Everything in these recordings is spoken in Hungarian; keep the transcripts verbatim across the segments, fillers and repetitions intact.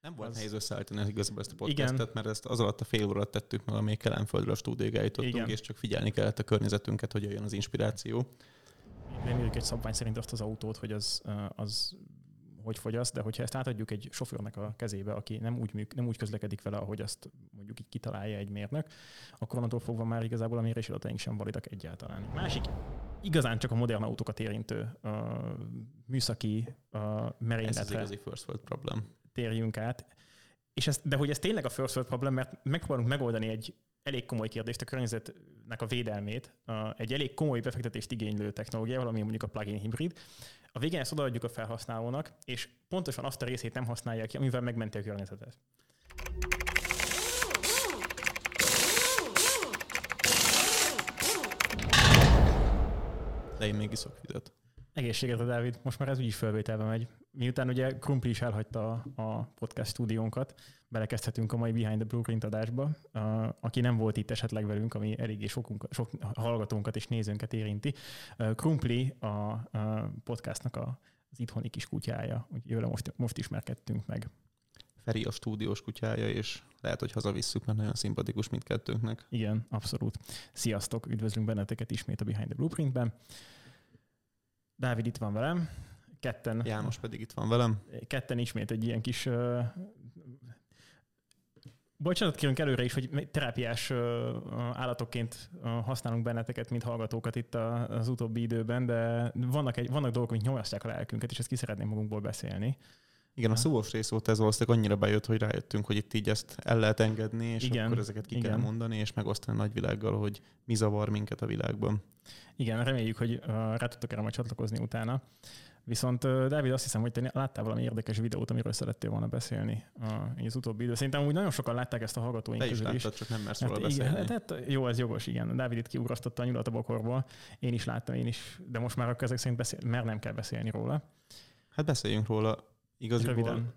Nem volt az... nehéz összeállítani igazából ezt a podcastet, igen. mert ezt az alatt a fél órát tettük meg, amíg Kelenföldről a stúdióig eljutottunk, igen. és csak figyelni kellett a környezetünket, hogy jöjjön az inspiráció. Reméljük egy szabvány szerint azt az autót, hogy az, az hogy fogyaszt, de hogyha ezt átadjuk egy sofőrnek a kezébe, aki nem úgy, műk, nem úgy közlekedik vele, ahogy azt mondjuk így kitalálja egy mérnök, akkor onnantól fogva már igazából a mérési adataink sem validak egyáltalán. Másik, igazán csak a modern autókat érintő uh, műszaki uh, merényletre. Ez az igazi first world problem. Térjünk át. És ez, de hogy ez tényleg a first world problem, mert megpróbálunk megoldani egy elég komoly kérdést, a környezetnek a védelmét, egy elég komoly befektetést igénylő technológiával, ami mondjuk a plug-in hibrid. A végén ezt odaadjuk a felhasználónak, és pontosan azt a részét nem használják ki, amivel megmenti a környezetet. De én még iszok vizet. Egészségedre, Dávid. Most már ez úgyis fölvételbe megy. Miután ugye Krumpli is elhagyta a podcast stúdiónkat, belekezdhetünk a mai Behind the Blueprint adásba. Uh, aki nem volt itt esetleg velünk, ami eléggé sokunk, sok hallgatónkat és nézőnket érinti. Uh, Krumpli a uh, podcastnak a, az itthoni kis kutyája, úgyhogy vele most, most ismerkedtünk meg. Feri a stúdiós kutyája, és lehet, hogy hazavisszük, mert nagyon szimpatikus mindkettőnknek. Igen, abszolút. Sziasztok, üdvözlünk benneteket ismét a Behind the Blueprintben. Dávid itt van velem, ketten... János pedig itt van velem. Ketten ismét egy ilyen kis... Uh, bocsánat kérünk előre is, hogy terápiás uh, állatokként uh, használunk benneteket, mint hallgatókat itt a, az utóbbi időben, de vannak, egy, vannak dolgok, amik nyomasztják a lelkünket, és ezt ki szeretnénk magunkból beszélni. Igen, a szúvós rész volt ez valószínűleg annyira bejött, hogy rájöttünk, hogy itt így ezt el lehet engedni, és igen, akkor ezeket ki igen. kell mondani, és megosztani a nagyvilággal, hogy mi zavar minket a világban. Igen, reméljük, hogy uh, rá tudtok erre majd csatlakozni utána. Viszont uh, Dávid, azt hiszem, hogy te láttál valami érdekes videót, amiről szerettél volna beszélni uh, az utóbbi idő. Szerintem úgy nagyon sokan látták ezt a hallgatóink közül is. Te is láttad, csak nem mersz róla hát, beszélni. Igen, hát, jó, ez jogos, igen. Dávid itt kiugrasztotta a nyulat a bokorból. Én is láttam, én is, de most már akkor ezek szerint beszél, mert nem kell beszélni róla. Hát beszéljünk róla. Igaziból, röviden.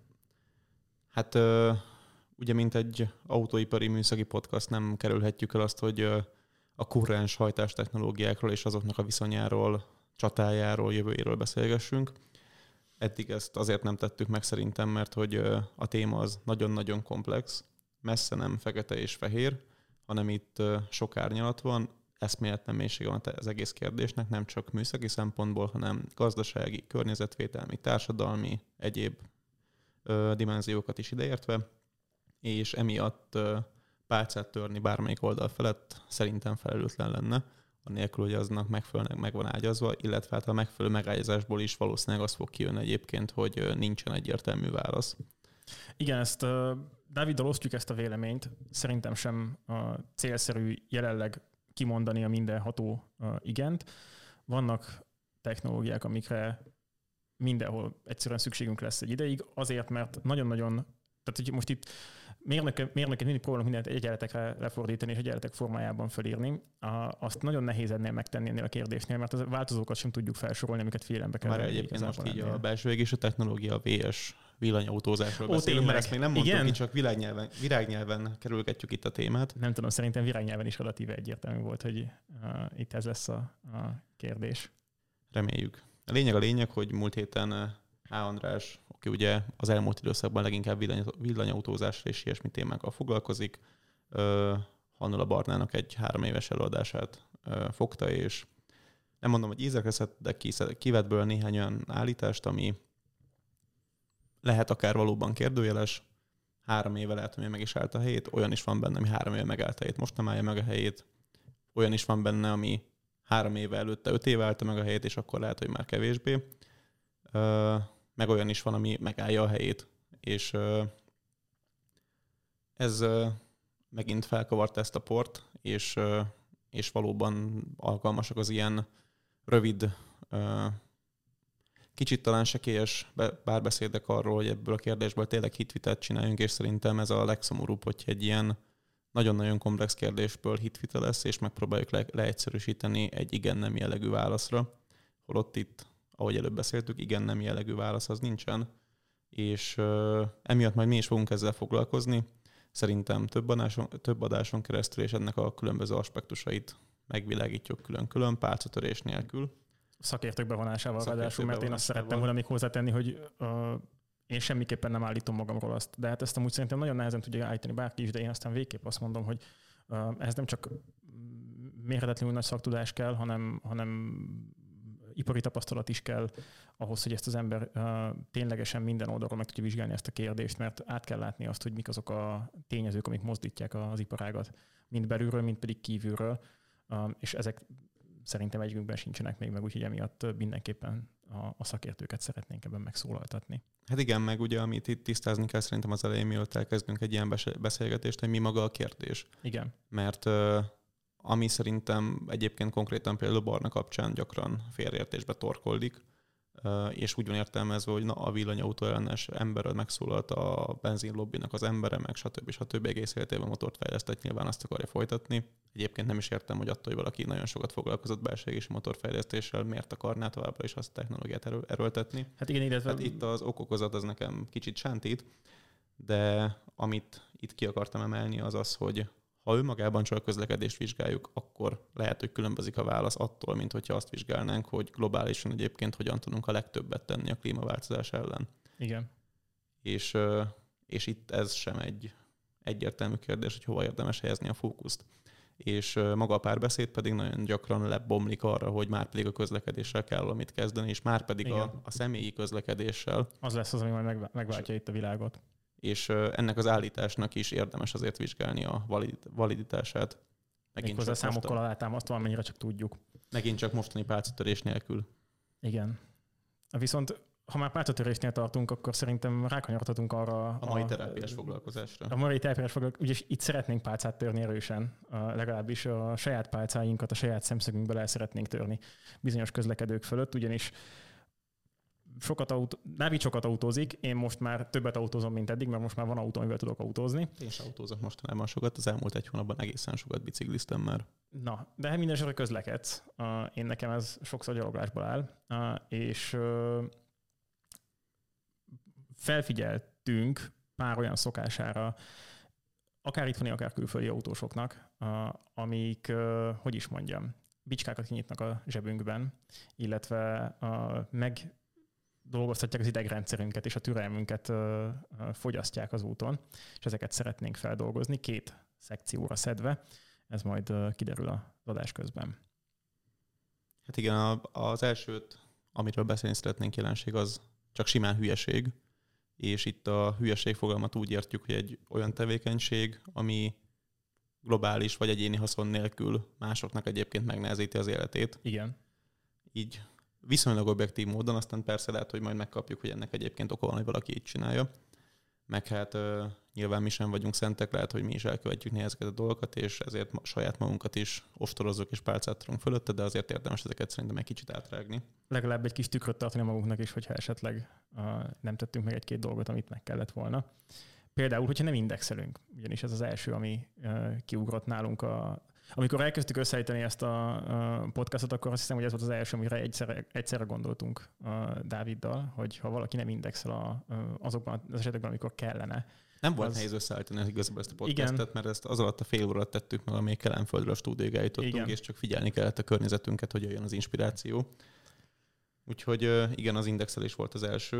Hát ugye, mint egy autóipari műszaki podcast, nem kerülhetjük el azt, hogy a kurrens hajtás technológiákról és azoknak a viszonyáról, csatájáról, jövőjéről beszélgessünk. Eddig ezt azért nem tettük meg szerintem, mert hogy a téma az nagyon-nagyon komplex, messze nem fekete és fehér, hanem itt sok árnyalat van, eszméletlen mélysége van az egész kérdésnek, nem csak műszaki szempontból, hanem gazdasági, környezetvédelmi, társadalmi, egyéb ö, dimenziókat is ideértve, és emiatt ö, pálcát törni bármelyik oldal felett szerintem felelőtlen lenne, annélkül, hogy aznak megfelelően meg van ágyazva, illetve hát a megfelelő megágyazásból is valószínűleg az fog kijönni egyébként, hogy nincsen egyértelmű válasz. Igen, ezt uh, Dáviddal osztjuk ezt a véleményt, szerintem sem uh, célszerű jelenleg kimondani a mindenható uh, igent. Vannak technológiák, amikre mindenhol egyszerűen szükségünk lesz egy ideig, azért, mert nagyon-nagyon, tehát hogy most itt mérnöket, mérnöket mindig próbálunk mindent egyenletekre lefordítani és egyenletek formájában fölírni. Uh, azt nagyon nehéz ennél megtenni ennél a kérdésnél, mert a változókat sem tudjuk felsorolni, amiket figyelembe kell venni. Már egyébként most így a belső égésű technológia, a vé es villanyautózásról beszélünk, mert ezt még nem mondtuk igen? ki, csak virágnyelven, virágnyelven kerülgetjük itt a témát. Nem tudom, szerintem virágnyelven is relatíve egyértelmű volt, hogy uh, itt ez lesz a, a kérdés. Reméljük. A lényeg a lényeg, hogy múlt héten H. András, aki ugye az elmúlt időszakban leginkább villany, villanyautózásra és ilyesmi témákkal foglalkozik, uh, Hannula Barnának egy három éves előadását uh, fogta, és nem mondom, hogy ízekre szed, de kivett belőle néhány olyan állítást, ami lehet akár valóban kérdőjeles, három éve lehet, hogy meg is állt a helyét, olyan is van benne, ami három éve megállt a helyét, most nem állja meg a helyét, olyan is van benne, ami három éve előtte, öt éve állta meg a helyét, és akkor lehet, hogy már kevésbé. Meg olyan is van, ami megállja a helyét. És ez megint felkavarta ezt a port, és, és valóban alkalmasak az ilyen rövid, kicsit talán sekélyes párbeszédek arról, hogy ebből a kérdésből tényleg hitvitelt csináljunk, és szerintem ez a legszomorúbb, hogy egy ilyen nagyon-nagyon komplex kérdésből hitvita lesz, és megpróbáljuk le- leegyszerűsíteni egy igen-nem jellegű válaszra. Holott itt, ahogy előbb beszéltük, igen-nem jellegű válasz az nincsen, és uh, emiatt majd mi is fogunk ezzel foglalkozni. Szerintem több adáson, több adáson keresztül, és ennek a különböző aspektusait megvilágítjuk külön-külön, pálcatörés nélkül. Szakértők bevonásával ráadásul, mert én azt szerettem volna még hozzátenni, hogy uh, én semmiképpen nem állítom magamról azt, de hát ezt amúgy szerintem nagyon nehezen tudja állítani bárki is, de én aztán végképp azt mondom, hogy ez nem csak mérhetetlenül nagy szaktudás kell, hanem, hanem ipari tapasztalat is kell ahhoz, hogy ezt az ember uh, ténylegesen minden oldalról meg tudja vizsgálni ezt a kérdést, mert át kell látni azt, hogy mik azok a tényezők, amik mozdítják az iparágat, mind belülről, mind pedig kívülről, uh, és ezek szerintem egyikünkben sincsenek még meg, úgyhogy emiatt mindenképpen a, a szakértőket szeretnénk ebben megszólaltatni. Hát igen, meg ugye, amit itt tisztázni kell szerintem az elején, mielőtt elkezdünk egy ilyen beszélgetést, hogy mi maga a kérdés. Igen. Mert uh, ami szerintem egyébként konkrétan például Barna kapcsán gyakran félreértésbe torkollik, és úgy van értelmezve, hogy na, a villanyautó ellenes emberről megszólalt a benzinlobbinak az embere, meg stb. stb. Egész életében motort fejlesztett, nyilván azt akarja folytatni. Egyébként nem is értem, hogy attól, hogy valaki nagyon sokat foglalkozott belső motorfejlesztéssel, miért akarná továbbra is azt a technológiát erő, erőltetni. Hát igen, illetve... Hát itt az okokozat az nekem kicsit sántít, de amit itt ki akartam emelni az az, hogy ha önmagában csak a közlekedést vizsgáljuk, akkor lehet, hogy különbözik a válasz attól, mint hogyha azt vizsgálnánk, hogy globálisan egyébként hogyan tudunk a legtöbbet tenni a klímaváltozás ellen. Igen. És, és itt ez sem egy egyértelmű kérdés, hogy hova érdemes helyezni a fókuszt. És maga a párbeszéd pedig nagyon gyakran lebomlik arra, hogy már pedig a közlekedéssel kell valamit kezdeni, és már pedig a, a személyi közlekedéssel. Az lesz az, ami majd megváltja itt a világot. És ennek az állításnak is érdemes azért vizsgálni a valid, validitását. Megint hozzá számokkal alátámasztva, amennyire csak tudjuk. Megint csak mostani pálcatörés nélkül. Igen. Viszont ha már pálcatörésnél tartunk, akkor szerintem rákanyarodhatunk arra a mai terápiás foglalkozásra. A mai terápiás foglalkozásra. Ugye itt szeretnénk pálcát törni erősen, legalábbis a saját pálcáinkat, a saját szemszögünkből el szeretnénk törni bizonyos közlekedők fölött, ugyanis sokat autó, Dávid sokat autózik, én most már többet autózom, mint eddig, mert most már van autó, amivel tudok autózni. Én is autózok mostanában sokat, az elmúlt egy hónapban egészen sokat bicikliztem már. Na, de hát minden esetre közlekedsz. Én nekem ez sokszor gyaloglásból áll, és felfigyeltünk pár olyan szokására, akár itthoni, akár külföldi autósoknak, amik, hogy is mondjam, bicskákat kinyitnak a zsebünkben, illetve meg dolgoztatják az idegrendszerünket és a türelmünket ö, ö, fogyasztják az úton, és ezeket szeretnénk feldolgozni két szekcióra szedve. Ez majd ö, kiderül az adás közben. Hát igen, az elsőt, amiről beszélni szeretnénk jelenség, az csak simán hülyeség, és itt a hülyeség fogalmat úgy értjük, hogy egy olyan tevékenység, ami globális vagy egyéni haszon nélkül másoknak egyébként megnehezíti az életét. Igen. Így viszonylag objektív módon, aztán persze lehet, hogy majd megkapjuk, hogy ennek egyébként oka van, hogy valaki így csinálja. Meg hát uh, nyilván mi sem vagyunk szentek, lehet, hogy mi is elkövetjük néha ezeket a dolgokat, és ezért saját magunkat is ostorozzuk és pálcát tudunk fölötte, de azért érdemes ezeket szerintem egy kicsit átrágni. Legalább egy kis tükröt tartani magunknak is, hogyha esetleg uh, nem tettünk meg egy-két dolgot, amit meg kellett volna. Például, hogyha nem indexelünk, ugyanis ez az első, ami uh, kiugrott nálunk a Amikor elkezdtük összeállítani ezt a podcastot, akkor azt hiszem, hogy ez volt az első, amire egyszerre, egyszerre gondoltunk Dáviddal, hogy ha valaki nem indexel a, azokban az esetekben, amikor kellene. Nem volt az... nehéz összeállítani igazából ezt a podcastet, igen. mert ezt az alatt a fél órát tettük meg, amíg Kelenföldről a stúdióig eljutottunk, és csak figyelni kellett a környezetünket, hogy jöjjön az inspiráció. Úgyhogy igen, az indexelés volt az első.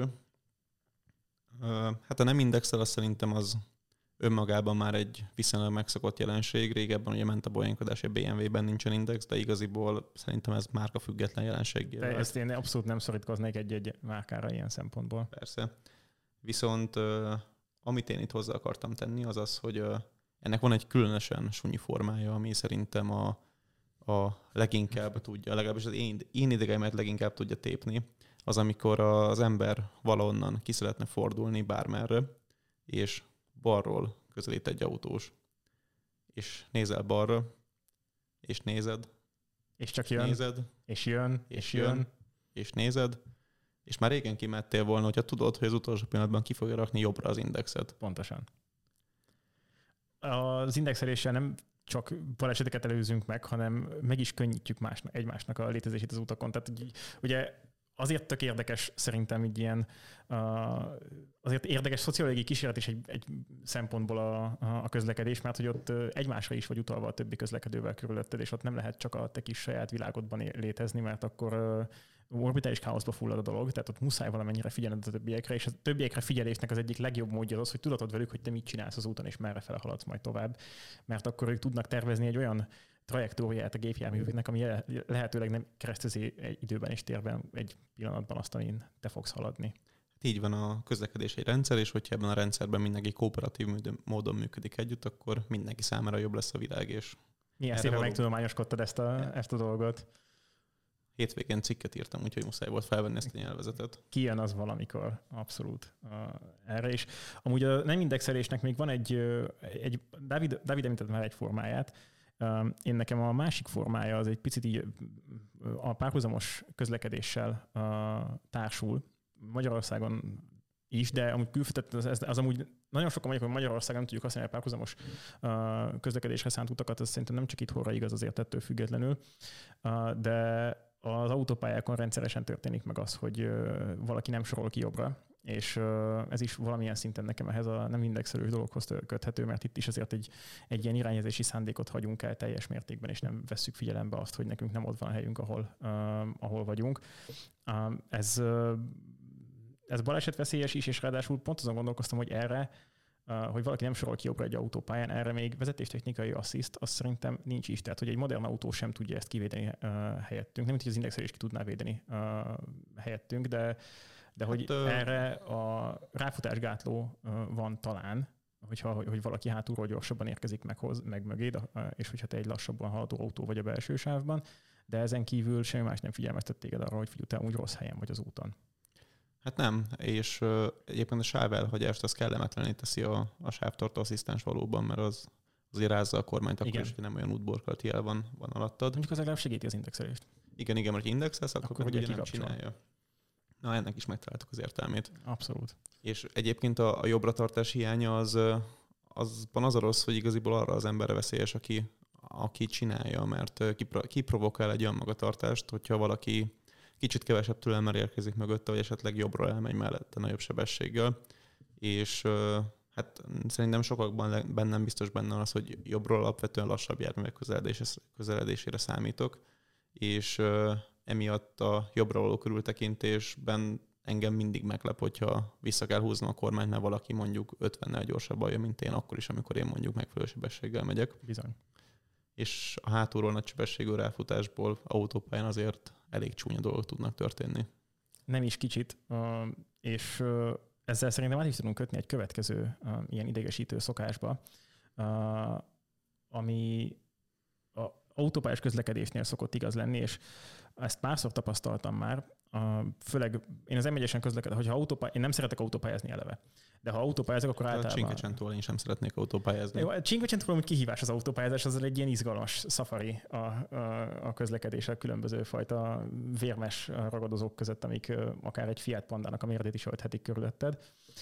Hát a nem indexel, az szerintem az önmagában már egy viszonylag megszokott jelenség. Régebben ugye ment a bolyánkodás, hogy bé em vé-ben nincsen index, de igaziból szerintem ez márka független jelenség. De ezt én abszolút nem szorítkoznék egy-egy márkára ilyen szempontból. Persze. Viszont amit én itt hozzá akartam tenni, az az, hogy ennek van egy különösen sunyi formája, ami szerintem a, a leginkább tudja, legalábbis az én, én idegeimet leginkább tudja tépni, az amikor az ember valahonnan ki szeretne fordulni bármerre, és balról közelít egy autós, és nézel balra, és nézed, és csak jön, nézed, és jön, és, és jön, jön, és nézed, és már régen kimettél volna, hogyha tudod, hogy az utolsó pillanatban ki fogja rakni jobbra az indexet. Pontosan. Az indexeléssel nem csak baleseteket előzünk meg, hanem meg is könnyítjük másnak, egymásnak a létezését az utakon. Tehát ugye azért tök érdekes szerintem így ilyen, azért érdekes szociológiai kísérlet is egy, egy szempontból a, a közlekedés, mert hogy ott egymásra is vagy utalva a többi közlekedővel körülötted, és ott nem lehet csak a te kis saját világodban létezni, mert akkor orbitális káoszba fullad a dolog, tehát ott muszáj valamennyire figyelned a többiekre, és a többiekre figyelésnek az egyik legjobb módja az, hogy tudatod velük, hogy te mit csinálsz az úton, és merre fele haladsz majd tovább. Mert akkor ők tudnak tervezni egy olyan trajektóriát a gépjárműveknek, ami lehetőleg nem keresztezi egy időben és térben egy pillanatban azt, amin te fogsz haladni. Így van a közlekedés egy rendszer, és hogyha ebben a rendszerben mindenki kooperatív módon működik együtt, akkor mindenki számára jobb lesz a világ. És milyen szépen való... megtudományoskodtad ezt a, ezt a dolgot. Hétvégén cikket írtam, úgyhogy muszáj volt felvenni ezt a nyelvezetet. Kijön az valamikor, abszolút uh, erre is. Amúgy a nem indexelésnek még van egy, egy Dávid, Dávid említett már egy formáját. Uh, én nekem a másik formája az egy picit így a párhuzamos közlekedéssel uh, társul. Magyarországon is, de amúgy külföldön az, az amúgy nagyon sokan mondják, hogy Magyarországon nem tudjuk használni a párhuzamos uh, közlekedésre szánt utakat, ez szerintem nem csak itthonra igaz azért ettől függetlenül, uh, de az autópályákon rendszeresen történik meg az, hogy uh, valaki nem sorol ki jobbra, és uh, ez is valamilyen szinten nekem ehhez a nem indexelős dologhoz köthető, mert itt is azért egy, egy ilyen irányezési szándékot hagyunk el teljes mértékben, és nem vesszük figyelembe azt, hogy nekünk nem ott van a helyünk, ahol, uh, ahol vagyunk. Uh, ez uh, Ez balesetveszélyes is, és ráadásul pont azon gondolkoztam, hogy erre, hogy valaki nem sorol ki jobbra egy autópályán, erre még vezetéstechnikai assziszt, azt szerintem nincs is. Tehát, hogy egy modern autó sem tudja ezt kivédeni helyettünk. Nem, hogy az indexelés ki tudná védeni helyettünk, de, de hogy hát, erre a ráfutásgátló van talán, hogyha, hogy valaki hátulról gyorsabban érkezik meg, hoz, meg mögéd, és hogyha te egy lassabban haladó autó vagy a belső sávban, de ezen kívül semmi más nem figyelmeztet téged arra, hogy figyelj, te úgy rossz helyen vagy az úton. Hát nem, és uh, egyébként a sávelhagyást az kellemetlenné teszi a, a sávtartó asszisztens valóban, mert az azért rázza a kormányt, akkor is, hogy nem olyan útborkalati jel van, van alattad. Mondjuk az legalább segíti az indexelést. Igen, igen, mert ha indexelsz, akkor, akkor ugye nem csinálja. Na, ennek is megtaláltuk az értelmét. Abszolút. És egyébként a, a jobbra-tartás hiánya az, azban az a rossz, hogy igaziból arra az emberre veszélyes, aki, aki csinálja, mert kipro, kiprovokál egy olyan magatartást, hogyha valaki kicsit kevesebb türelemmel érkezik mögötte, vagy esetleg jobbra elmegy mellette nagyobb sebességgel. És hát szerintem sokakban bennem biztos benne az, hogy jobbról alapvetően lassabb járművek közeledésére számítok, és emiatt a jobbra való körültekintésben engem mindig meglep, hogyha vissza kell húznom a kormányt, mert valaki mondjuk ötvennel gyorsabban jön, mint én, akkor is, amikor én mondjuk megfelelő sebességgel megyek. Bizony. És a hátulról nagy sebességű ráfutásból autópályán azért elég csúnya dolgok tudnak történni. Nem is kicsit, és ezzel szerintem át is tudunk kötni egy következő ilyen idegesítő szokásba, ami az autópályás közlekedésnél szokott igaz lenni, és ezt párszor tapasztaltam már, főleg én az em egyesen közlekedem, hogyha autópály, én nem szeretek autópályázni eleve, de ha autópályázok, akkor általában... A Cinquecentúval én sem szeretnék autópályázni. Jó, a Cinquecentúval úgy kihívás az autópályázás, az egy ilyen izgalmas szafari a, a, a közlekedés, a különböző fajta vérmes ragadozók között, amik akár egy Fiat Pandának a méretét is ölthetik körülötted.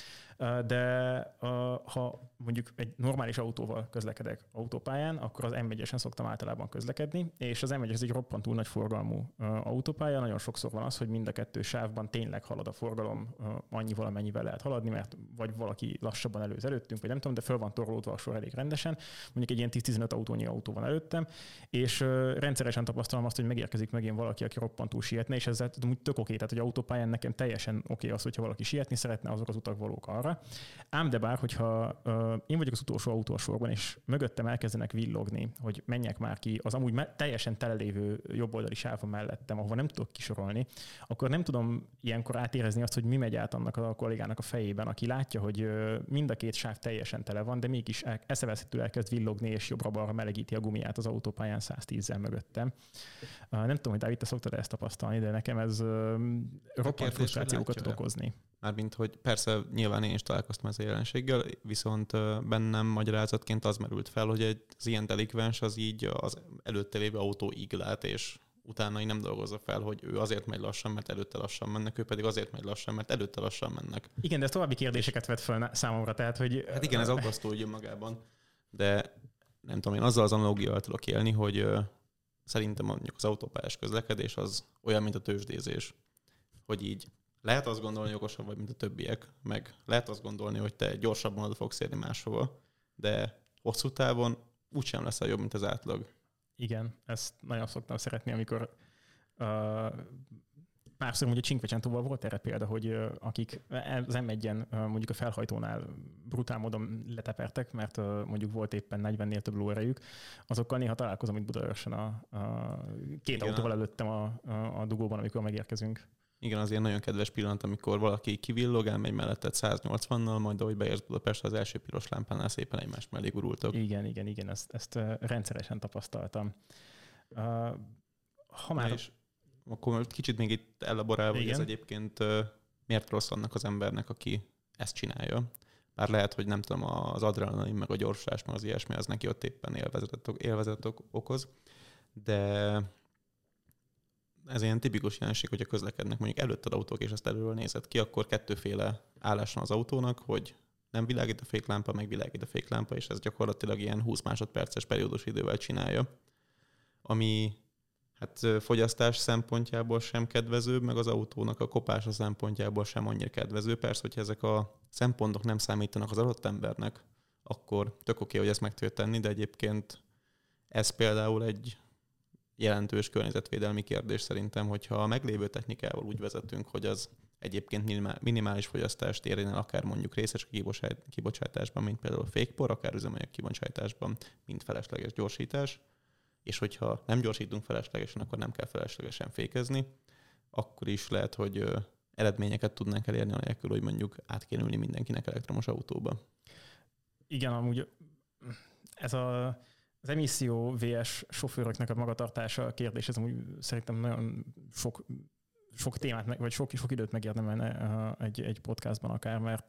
De ha mondjuk egy normális autóval közlekedek autópályán, akkor az em egyesen szoktam általában közlekedni, és az em egyes egy roppantúl nagy forgalmú autópálya. Nagyon sokszor van az, hogy mind a kettő sávban tényleg halad a forgalom annyival, amennyivel lehet haladni, mert vagy valaki lassabban előz előttünk, vagy nem tudom, de föl van torlódva a sor elég rendesen. Mondjuk egy ilyen tíz-tizenöt autónyi autó van előttem, és rendszeresen tapasztalom azt, hogy megérkezik megint valaki, aki roppantúl sietne, és ezzel tudom, úgy tök oké, tehát hogy autópályán nekem teljesen oké az, hogyha valaki sietni szeretne, azok az utak valók arra. Ám de bár, hogyha uh, én vagyok az utolsó autósorban, és mögöttem elkezdenek villogni, hogy menjek már ki az amúgy me- teljesen telelévő jobboldali sávon mellettem, ahova nem tudok kisorolni, akkor nem tudom ilyenkor átérezni azt, hogy mi megy át annak a kollégának a fejében, aki látja, hogy uh, mind a két sáv teljesen tele van, de mégis el- eszeveszhetően elkezd villogni, és jobbra-balra melegíti a gumiját az autópályán száztízzel mögöttem. Uh, nem tudom, hogy Dávid, te szoktad ezt tapasztalni, de nekem ez uh, roppant frusztrációkat tud okozni. Mármint, hogy persze nyilván én is találkoztam ezzel a jelenséggel, viszont bennem magyarázatként az merült fel, hogy egy, az ilyen delikvens az így az előtte lévő autó iglát, és utána így nem dolgozza fel, hogy ő azért megy lassan, mert előtte lassan mennek, ő pedig azért megy lassan, mert előtte lassan mennek. Igen, de ez további kérdéseket vet fel számomra, tehát hogy... Hát igen, ez aggasztó ugye magában, de nem tudom, én azzal az analógiával tudok élni, hogy szerintem mondjuk az autópályás közlekedés az olyan, mint a tőzsdézés, hogy így lehet azt gondolni, hogy okosabb vagy, mint a többiek, meg lehet azt gondolni, hogy te gyorsabban oda fogsz érni máshova, de hosszú távon úgysem leszel jobb, mint az átlag. Igen, ezt nagyon szoktam szeretni, amikor uh, Márszor ugye Cinquecentóval volt erre példa, hogy akik az em egyen mondjuk a felhajtónál brutál módon letepertek, mert mondjuk volt éppen negyvennél több lóerejük, azokkal néha találkozom itt Budaörsön a, a két Igen. autóval előttem a, a, a dugóban, amikor megérkezünk. Igen, az ilyen nagyon kedves pillanat, amikor valaki kivillog, elmegy melletted száznyolcvannal, majd ahogy beérsz Budapestre, az első piros lámpánál szépen egymást mellé gurultak. Igen, igen, igen, ezt, ezt rendszeresen tapasztaltam. Ha már... És akkor kicsit még itt elaborálva, hogy ez egyébként miért rossz annak az embernek, aki ezt csinálja. Bár lehet, hogy nem tudom, az adrenalin, meg a gyorsulás, meg az ilyesmi, az neki ott éppen élvezetet, élvezetet okoz. De ez ilyen tipikus jelenség, hogyha közlekednek mondjuk előtted autók, és ezt előről nézed ki, akkor kettőféle állás van az autónak, hogy nem világít a féklámpa, meg világít a féklámpa, és ez gyakorlatilag ilyen húsz másodperces periódus idővel csinálja. Ami hát fogyasztás szempontjából sem kedvezőbb, meg az autónak a kopása szempontjából sem annyira kedvező. Persze, hogyha ezek a szempontok nem számítanak az adott embernek, akkor tök oké, hogy ezt meg tudja tenni, de egyébként ez például egy jelentős környezetvédelmi kérdés szerintem, hogyha a meglévő technikával úgy vezetünk, hogy az egyébként minimális fogyasztást érjen el, akár mondjuk részes kibocsátásban, mint például fékpor, akár üzemanyag kibocsátásban, mint felesleges gyorsítás, és hogyha nem gyorsítunk feleslegesen, akkor nem kell feleslegesen fékezni, akkor is lehet, hogy eredményeket tudnánk elérni, anélkül, hogy mondjuk át kéne ülni mindenkinek elektromos autóba. Igen, amúgy ez a, az emisszió versus sofőröknek a magatartása a kérdés, ez amúgy szerintem nagyon sok, sok témát, vagy sok, sok időt megérdemelne egy, egy podcastban akár, mert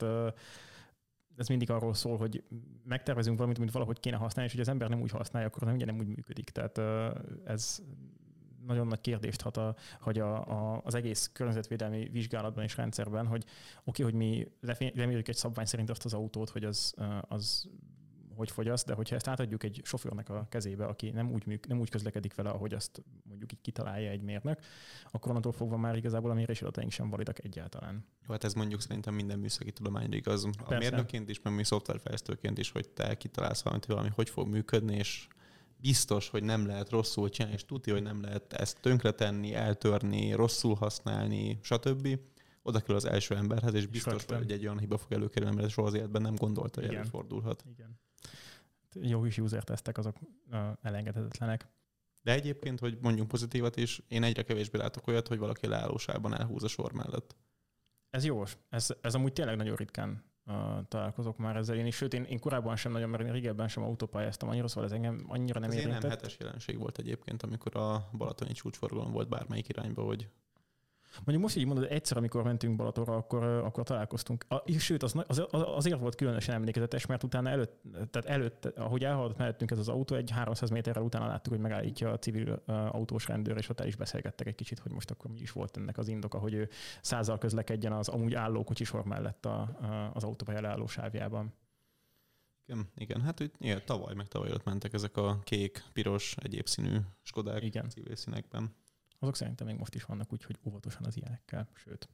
ez mindig arról szól, hogy megtervezünk valamit, amit valahogy kéne használni, és hogy az ember nem úgy használja, akkor nem, ugye nem úgy működik. Tehát ez nagyon nagy kérdést hat, a, hogy a, a, az egész környezetvédelmi vizsgálatban és rendszerben, hogy oké, okay, hogy mi lemérjük egy szabvány szerint azt az autót, hogy az, az hogy fogyaszt, de hogyha ezt átadjuk egy sofőrnek a kezébe, aki nem úgy, műk, nem úgy közlekedik vele, ahogy azt mondjuk így kitalálja egy mérnök, akkor onnantól fogva már igazából a mérési adataink sem validak egyáltalán. Jó, hát ez mondjuk szerintem minden műszaki tudományra igaz. A Persze. mérnökként is, meg mi szoftverfejlesztőként is, hogy te kitalálsz valamit, valami hogy fog működni, és biztos, hogy nem lehet rosszul csinálni, és tudja, hogy nem lehet ezt tönkretenni, eltörni, rosszul használni, stb. Oda kell az első emberhez, és biztos, Ismertem. hogy egy olyan hiba fog előkerülni, mert soha az életben nem gondolta, hogy előfordulhat. Igen. Jó kis user tesztek, azok elengedhetetlenek. De egyébként, hogy mondjunk pozitívat is, én egyre kevésbé látok olyat, hogy valaki leállósában elhúz a sor mellett. Ez jós. Ez, ez amúgy tényleg nagyon ritkán uh, találkozok már ezzel. Én is, sőt, én, én korábban sem nagyon, mert én régebben sem autópályáztam annyira, szóval ez engem annyira nem ez érintett. Ez nem hetes jelenség volt egyébként, amikor a balatoni csúcsforgalom volt bármelyik irányba, hogy mondjuk most így mondod, egyszer, amikor mentünk Balatonra, akkor, akkor találkoztunk. A, sőt, az, az, azért volt különösen emlékezetes, mert utána előtt, tehát előtt, ahogy elhaladott mellettünk ez az autó, egy háromszáz méterrel utána láttuk, hogy megállítja a civil uh, autós rendőr, és ott el is beszélgettek egy kicsit, hogy most akkor mi is volt ennek az indoka, hogy ő százzal közlekedjen az amúgy álló kocsisor mellett a, a, az autópálya leálló sávjában. Igen, igen, hát úgy, igen, tavaly meg tavaly ott mentek ezek a kék, piros, egyéb színű Skodák igen. civil színekben. Azok szerintem még most is vannak, úgyhogy óvatosan az ilyenekkel, sőt.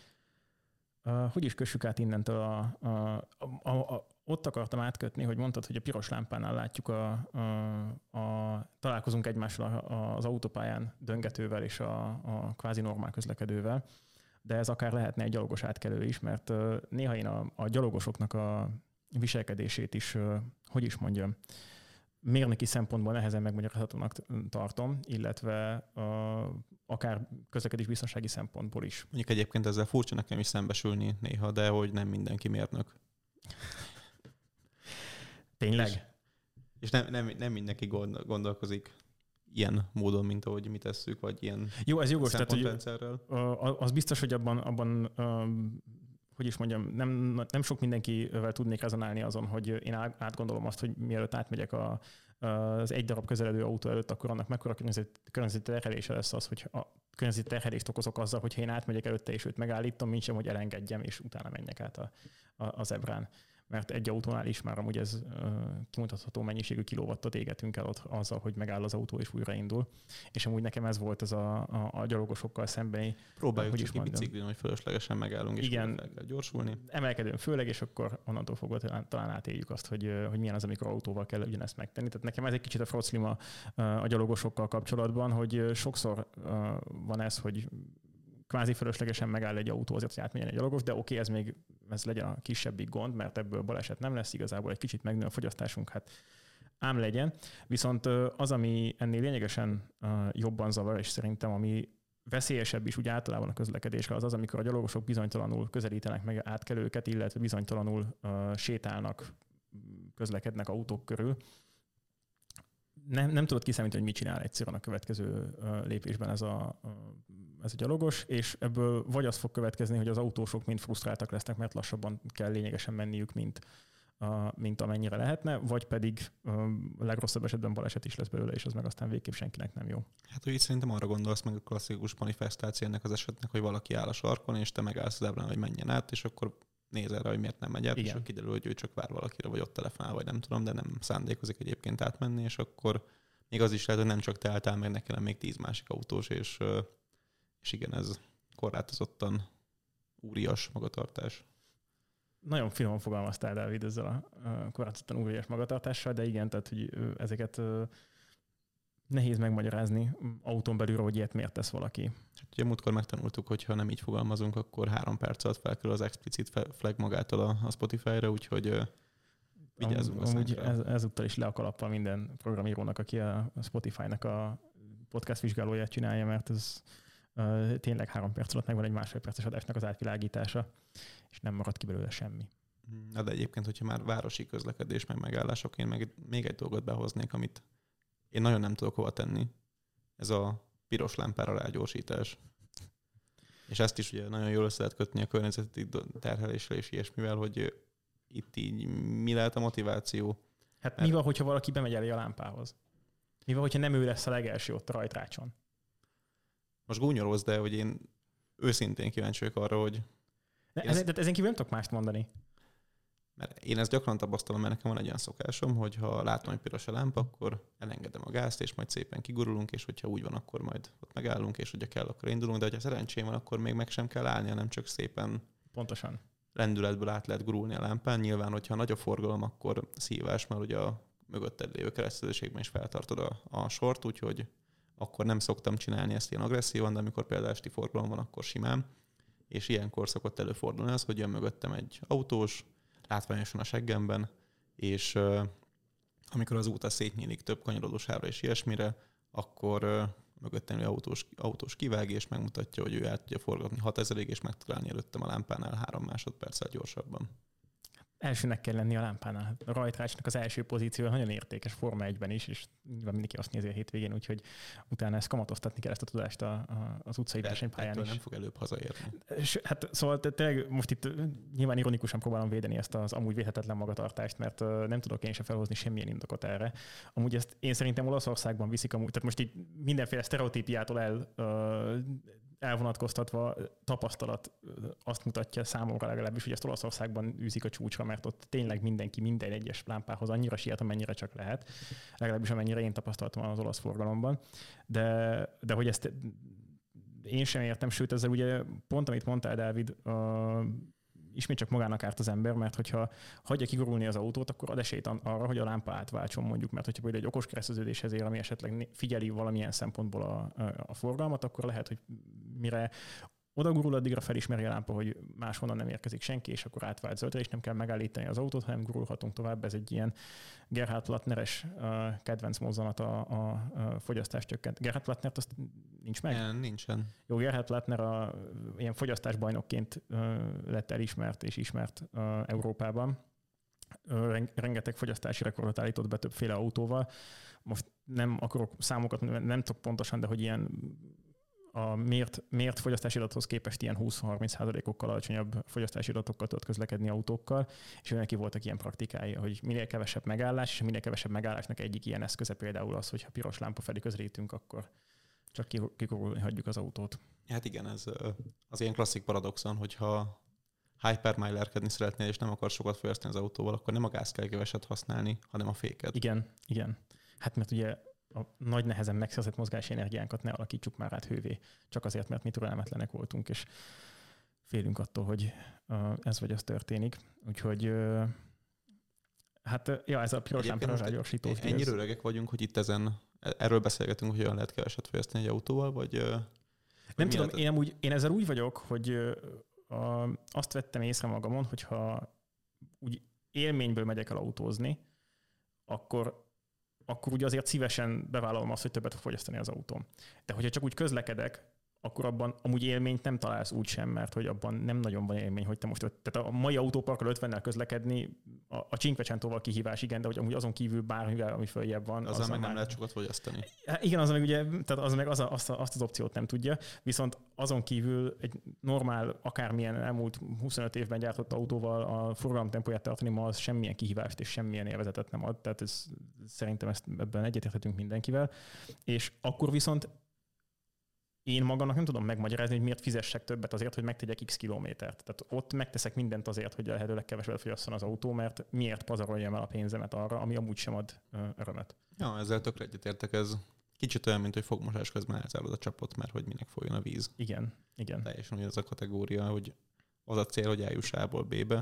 Uh, hogy is kössük át innentől? A, a, a, a, ott akartam átkötni, hogy mondtad, hogy a piros lámpánál látjuk, a, a, a, találkozunk egymással a, az autópályán döngetővel és a, a kvázi normál közlekedővel, de ez akár lehetne egy gyalogos átkelő is, mert uh, néha én a, a gyalogosoknak a viselkedését is, uh, hogy is mondjam, mérnöki szempontból nehezen megmagyarázhatónak tartom, illetve uh, akár közlekedés biztonsági szempontból is. Mondjuk egyébként ezzel furcsa nekem is szembesülni néha, de hogy nem mindenki mérnök. Tényleg? És, és nem, nem, nem mindenki gondolkozik ilyen módon, mint ahogy mi tesszük, vagy ilyen jó, ez jogos, szempontrendszerrel. Tehát, az biztos, hogy abban, abban hogy is mondjam, nem, nem sok mindenkivel tudnék rezonálni azon, hogy én átgondolom azt, hogy mielőtt átmegyek a, az egy darab közeledő autó előtt, akkor annak mekkora környezeti terhelése lesz az, hogy a környezeti terhelést okozok azzal, hogyha én átmegyek előtte és őt megállítom, mint sem, hogy elengedjem és utána menjek át a, a, a zebrán. Mert egy autónál is már amúgy ez uh, kimutatható mennyiségű kilowattot égetünk el ott azzal, hogy megáll az autó és újraindul. És amúgy nekem ez volt az a, a, a gyalogosokkal szembeni. Próbáljuk csak ki biciklin, hogy fölöslegesen megállunk, és igen, fel kell gyorsulni. Emelkedőn főleg, és akkor onnantól fogva talán, talán átéljük azt, hogy, hogy milyen az, amikor autóval kell ugyanezt megtenni. Tehát nekem ez egy kicsit a froclima a gyalogosokkal kapcsolatban, hogy sokszor van ez, hogy kvázi fölöslegesen megáll egy autó azért, hogy átmenjen egy gyalogos, de oké, ez még ez legyen a kisebbik gond, mert ebből baleset nem lesz, igazából egy kicsit megnő a fogyasztásunk, hát ám legyen. Viszont az, ami ennél lényegesen jobban zavar, és szerintem ami veszélyesebb is úgy általában a közlekedésre, az az, amikor a gyalogosok bizonytalanul közelítenek meg átkelőket, illetve bizonytalanul sétálnak, közlekednek autók körül. Nem, nem tudod kiszámítani, hogy mit csinál egyszerűen a következő lépésben ez a, ez a gyalogos, és ebből vagy az fog következni, hogy az autósok mind frusztráltak lesznek, mert lassabban kell lényegesen menniük, mint, mint amennyire lehetne, vagy pedig a legrosszabb esetben baleset is lesz belőle, és az meg aztán végképp senkinek nem jó. Hát, hogy itt szerintem arra gondolsz meg a klasszikus manifestáció ennek az esetnek, hogy valaki áll a sarkon, és te megállsz az ábrán, hogy menjen át, és akkor néz erre, hogy miért nem megy át, igen. És akkor kiderül, hogy ő csak vár valakire, vagy ott telefonál, vagy nem tudom, de nem szándékozik egyébként átmenni, és akkor még az is lehet, hogy nem csak te álltál meg, neki, hanem még tíz másik autós, és, és igen, ez korlátozottan úrias magatartás. Nagyon finoman fogalmaztál, Dávid, ezzel a korlátozottan úrias magatartással, de igen, tehát hogy ezeket nehéz megmagyarázni autón belülről, hogy ilyet miért tesz valaki. Hát ugye múltkor megtanultuk, hogy ha nem így fogalmazunk, akkor három perc alatt felkerül az explicit flag magától a, a Spotify-ra, úgyhogy vigyázzunk. Am, amúgy ez, ezúttal is le a kalappal minden programírónak, aki a Spotify-nak a podcast vizsgálóját csinálja, mert ez uh, tényleg három perc alatt megvan egy másfél perces adásnak az átvilágítása, és nem marad ki belőle semmi. Na de egyébként, hogyha már városi közlekedés, meg megállások, én meg még egy dolgot behoznék, amit én nagyon nem tudok hova tenni. Ez a piros lámpára rágyorsítás. És ezt is ugye nagyon jól össze lehet kötni a környezeti terheléssel és ilyesmivel, hogy itt így mi lehet a motiváció. Hát mert... mi van, hogyha valaki bemegy elé a lámpához? Mi van, hogyha nem ő lesz a legelső ott a rajtrácson? Most gúnyolózz, de hogy én őszintén kíváncsi vagyok arra, hogy... De ez, ezt... ezen kívül nem tudok mást mondani. Mert én ezt gyakran tapasztalom, mert nekem van egy olyan szokásom, hogy ha látom, hogy piros a lámpa, akkor elengedem a gázt, és majd szépen kigurulunk, és hogyha úgy van, akkor majd ott megállunk, és hogyha kell, akkor indulunk, de hogyha szerencsém van, akkor még meg sem kell állni, hanem csak szépen pontosan lendületből át lehet gurulni a lámpán. Nyilván, hogyha nagy a forgalom, akkor szívás, mert ugye a mögötted lévő keresztezőségben is feltartod a, a sort, úgyhogy akkor nem szoktam csinálni ezt ilyen agresszívan, de amikor például esti forgalom van, akkor simán. És ilyenkor szokott előfordulni az, hogy jön mögöttem egy autós, látványosan a seggemben, és uh, amikor az út az szétnyílik több kanyarodósávra és ilyesmire, akkor uh, mögöttem autós, autós kivág, és megmutatja, hogy ő át tudja forgatni hatezerig, és megtalálni előttem a lámpánál három másodperccel gyorsabban. Elsőnek kell lenni a lámpánál. A rajtrácsnak az első pozíciója nagyon értékes Forma egyben is, és nyilván mindenki azt nézi a hétvégén, úgyhogy utána ezt kamatoztatni kell ezt a tudást a, a, az utcai versenypályán is. nem fog előbb hazaérni. És, hát szóval tényleg most itt nyilván ironikusan próbálom védeni ezt az amúgy védhetetlen magatartást, mert nem tudok én sem felhozni semmilyen indokot erre. Amúgy ezt én szerintem Olaszországban viszik amúgy, tehát most itt mindenféle sztereotípiától el elvonatkoztatva tapasztalat azt mutatja számomra legalábbis, hogy ezt Olaszországban űzik a csúcsra, mert ott tényleg mindenki minden egyes lámpához annyira siet, amennyire csak lehet. Legalábbis amennyire én tapasztaltam az olasz forgalomban. De, de hogy ezt én sem értem, sőt ezzel ugye pont amit mondtál, Dávid, uh, ismét csak magának árt az ember, mert hogyha hagyja kigurulni az autót, akkor ad esélyt arra, hogy a lámpa átváltson mondjuk, mert hogyha például egy okos kereszteződéshez ér, ami esetleg figyeli valamilyen szempontból a, a forgalmat, akkor lehet, hogy mire oda gurul, addigra felismeri a lámpa, hogy máshonnan nem érkezik senki, és akkor átvált zöldre, és nem kell megállítani az autót, hanem gurulhatunk tovább. Ez egy ilyen Gerhard Plattneres uh, kedvenc mozzanata a, a fogyasztás csökkent. Gerhard Plattnert azt nincs meg? Ja, nincsen. Jó, Gerhard Plattner a, ilyen fogyasztásbajnokként uh, lett elismert és ismert uh, Európában. Uh, rengeteg fogyasztási rekordot állított be többféle autóval. Most nem akarok számokat, nem tudok pontosan, de hogy ilyen a mért, mért fogyasztási adathoz képest ilyen húsz-harminc százalékokkal alacsonyabb fogyasztási adatokkal tudott közlekedni autókkal, és neki voltak ilyen praktikái, hogy minél kevesebb megállás, és minél kevesebb megállásnak egyik ilyen eszköze például az, hogyha piros lámpa felé közelítünk, akkor csak kigurulni hagyjuk az autót. Hát igen, ez az ilyen klasszik paradoxon, hogyha hypermilerkedni szeretnél, és nem akar sokat fogyasztani az autóval, akkor nem a gáz kell keveset használni, hanem a féket. Igen, igen. Hát mert ugye a nagy nehezen megszerzett mozgási energiánkat ne alakítsuk már át hővé, csak azért, mert mi türelmetlenek voltunk, és félünk attól, hogy ez vagy az történik. Úgyhogy hát ja, ez a piros lámpa rágyorsító. Ennyire öregek vagyunk, hogy itt ezen, erről beszélgetünk, hogy olyan lehet keveset fogyasztani egy autóval, vagy... Nem tudom, én, amúgy, én ezzel úgy vagyok, hogy a, azt vettem észre magamon, hogyha úgy élményből megyek el autózni, akkor, akkor ugye azért szívesen bevállalom azt, hogy többet fog fogyasztani az autóm. De hogyha csak úgy közlekedek, akkor abban amúgy élményt nem találsz úgy sem, mert hogy abban nem nagyon van élmény, hogy te most öt, tehát a mai autóparkkal ötvennel közlekedni, a, a Cinquecentóval kihívás, igen, de hogy amúgy azon kívül bármivel, ami följebb van. Azzal meg nem már... lehet sokat fogyasztani. Igen, az meg ugye, tehát az meg az a, azt, a, azt az opciót nem tudja, viszont azon kívül egy normál, akármilyen elmúlt huszonöt évben gyártott autóval a forgalomtempóját tartani ma az semmilyen kihívást és semmilyen élvezetet nem ad, tehát ez, szerintem ezt ebben egyetérthetünk mindenkivel, és akkor viszont én magamnak nem tudom megmagyarázni, hogy miért fizessek többet azért, hogy megtegyek x kilométert. Tehát ott megteszek mindent azért, hogy a lehető legkevesebbet fogyasszon az autó, mert miért pazaroljam el a pénzemet arra, ami amúgy sem ad örömet. Ja, ezzel tökre egyetértek, ez kicsit olyan, mint hogy fogmosás közben elzárod a csapot, mert hogy minek folyjon a víz. Igen, igen. Teljesen olyan az a kategória, hogy az a cél, hogy eljuss A-ból B-be.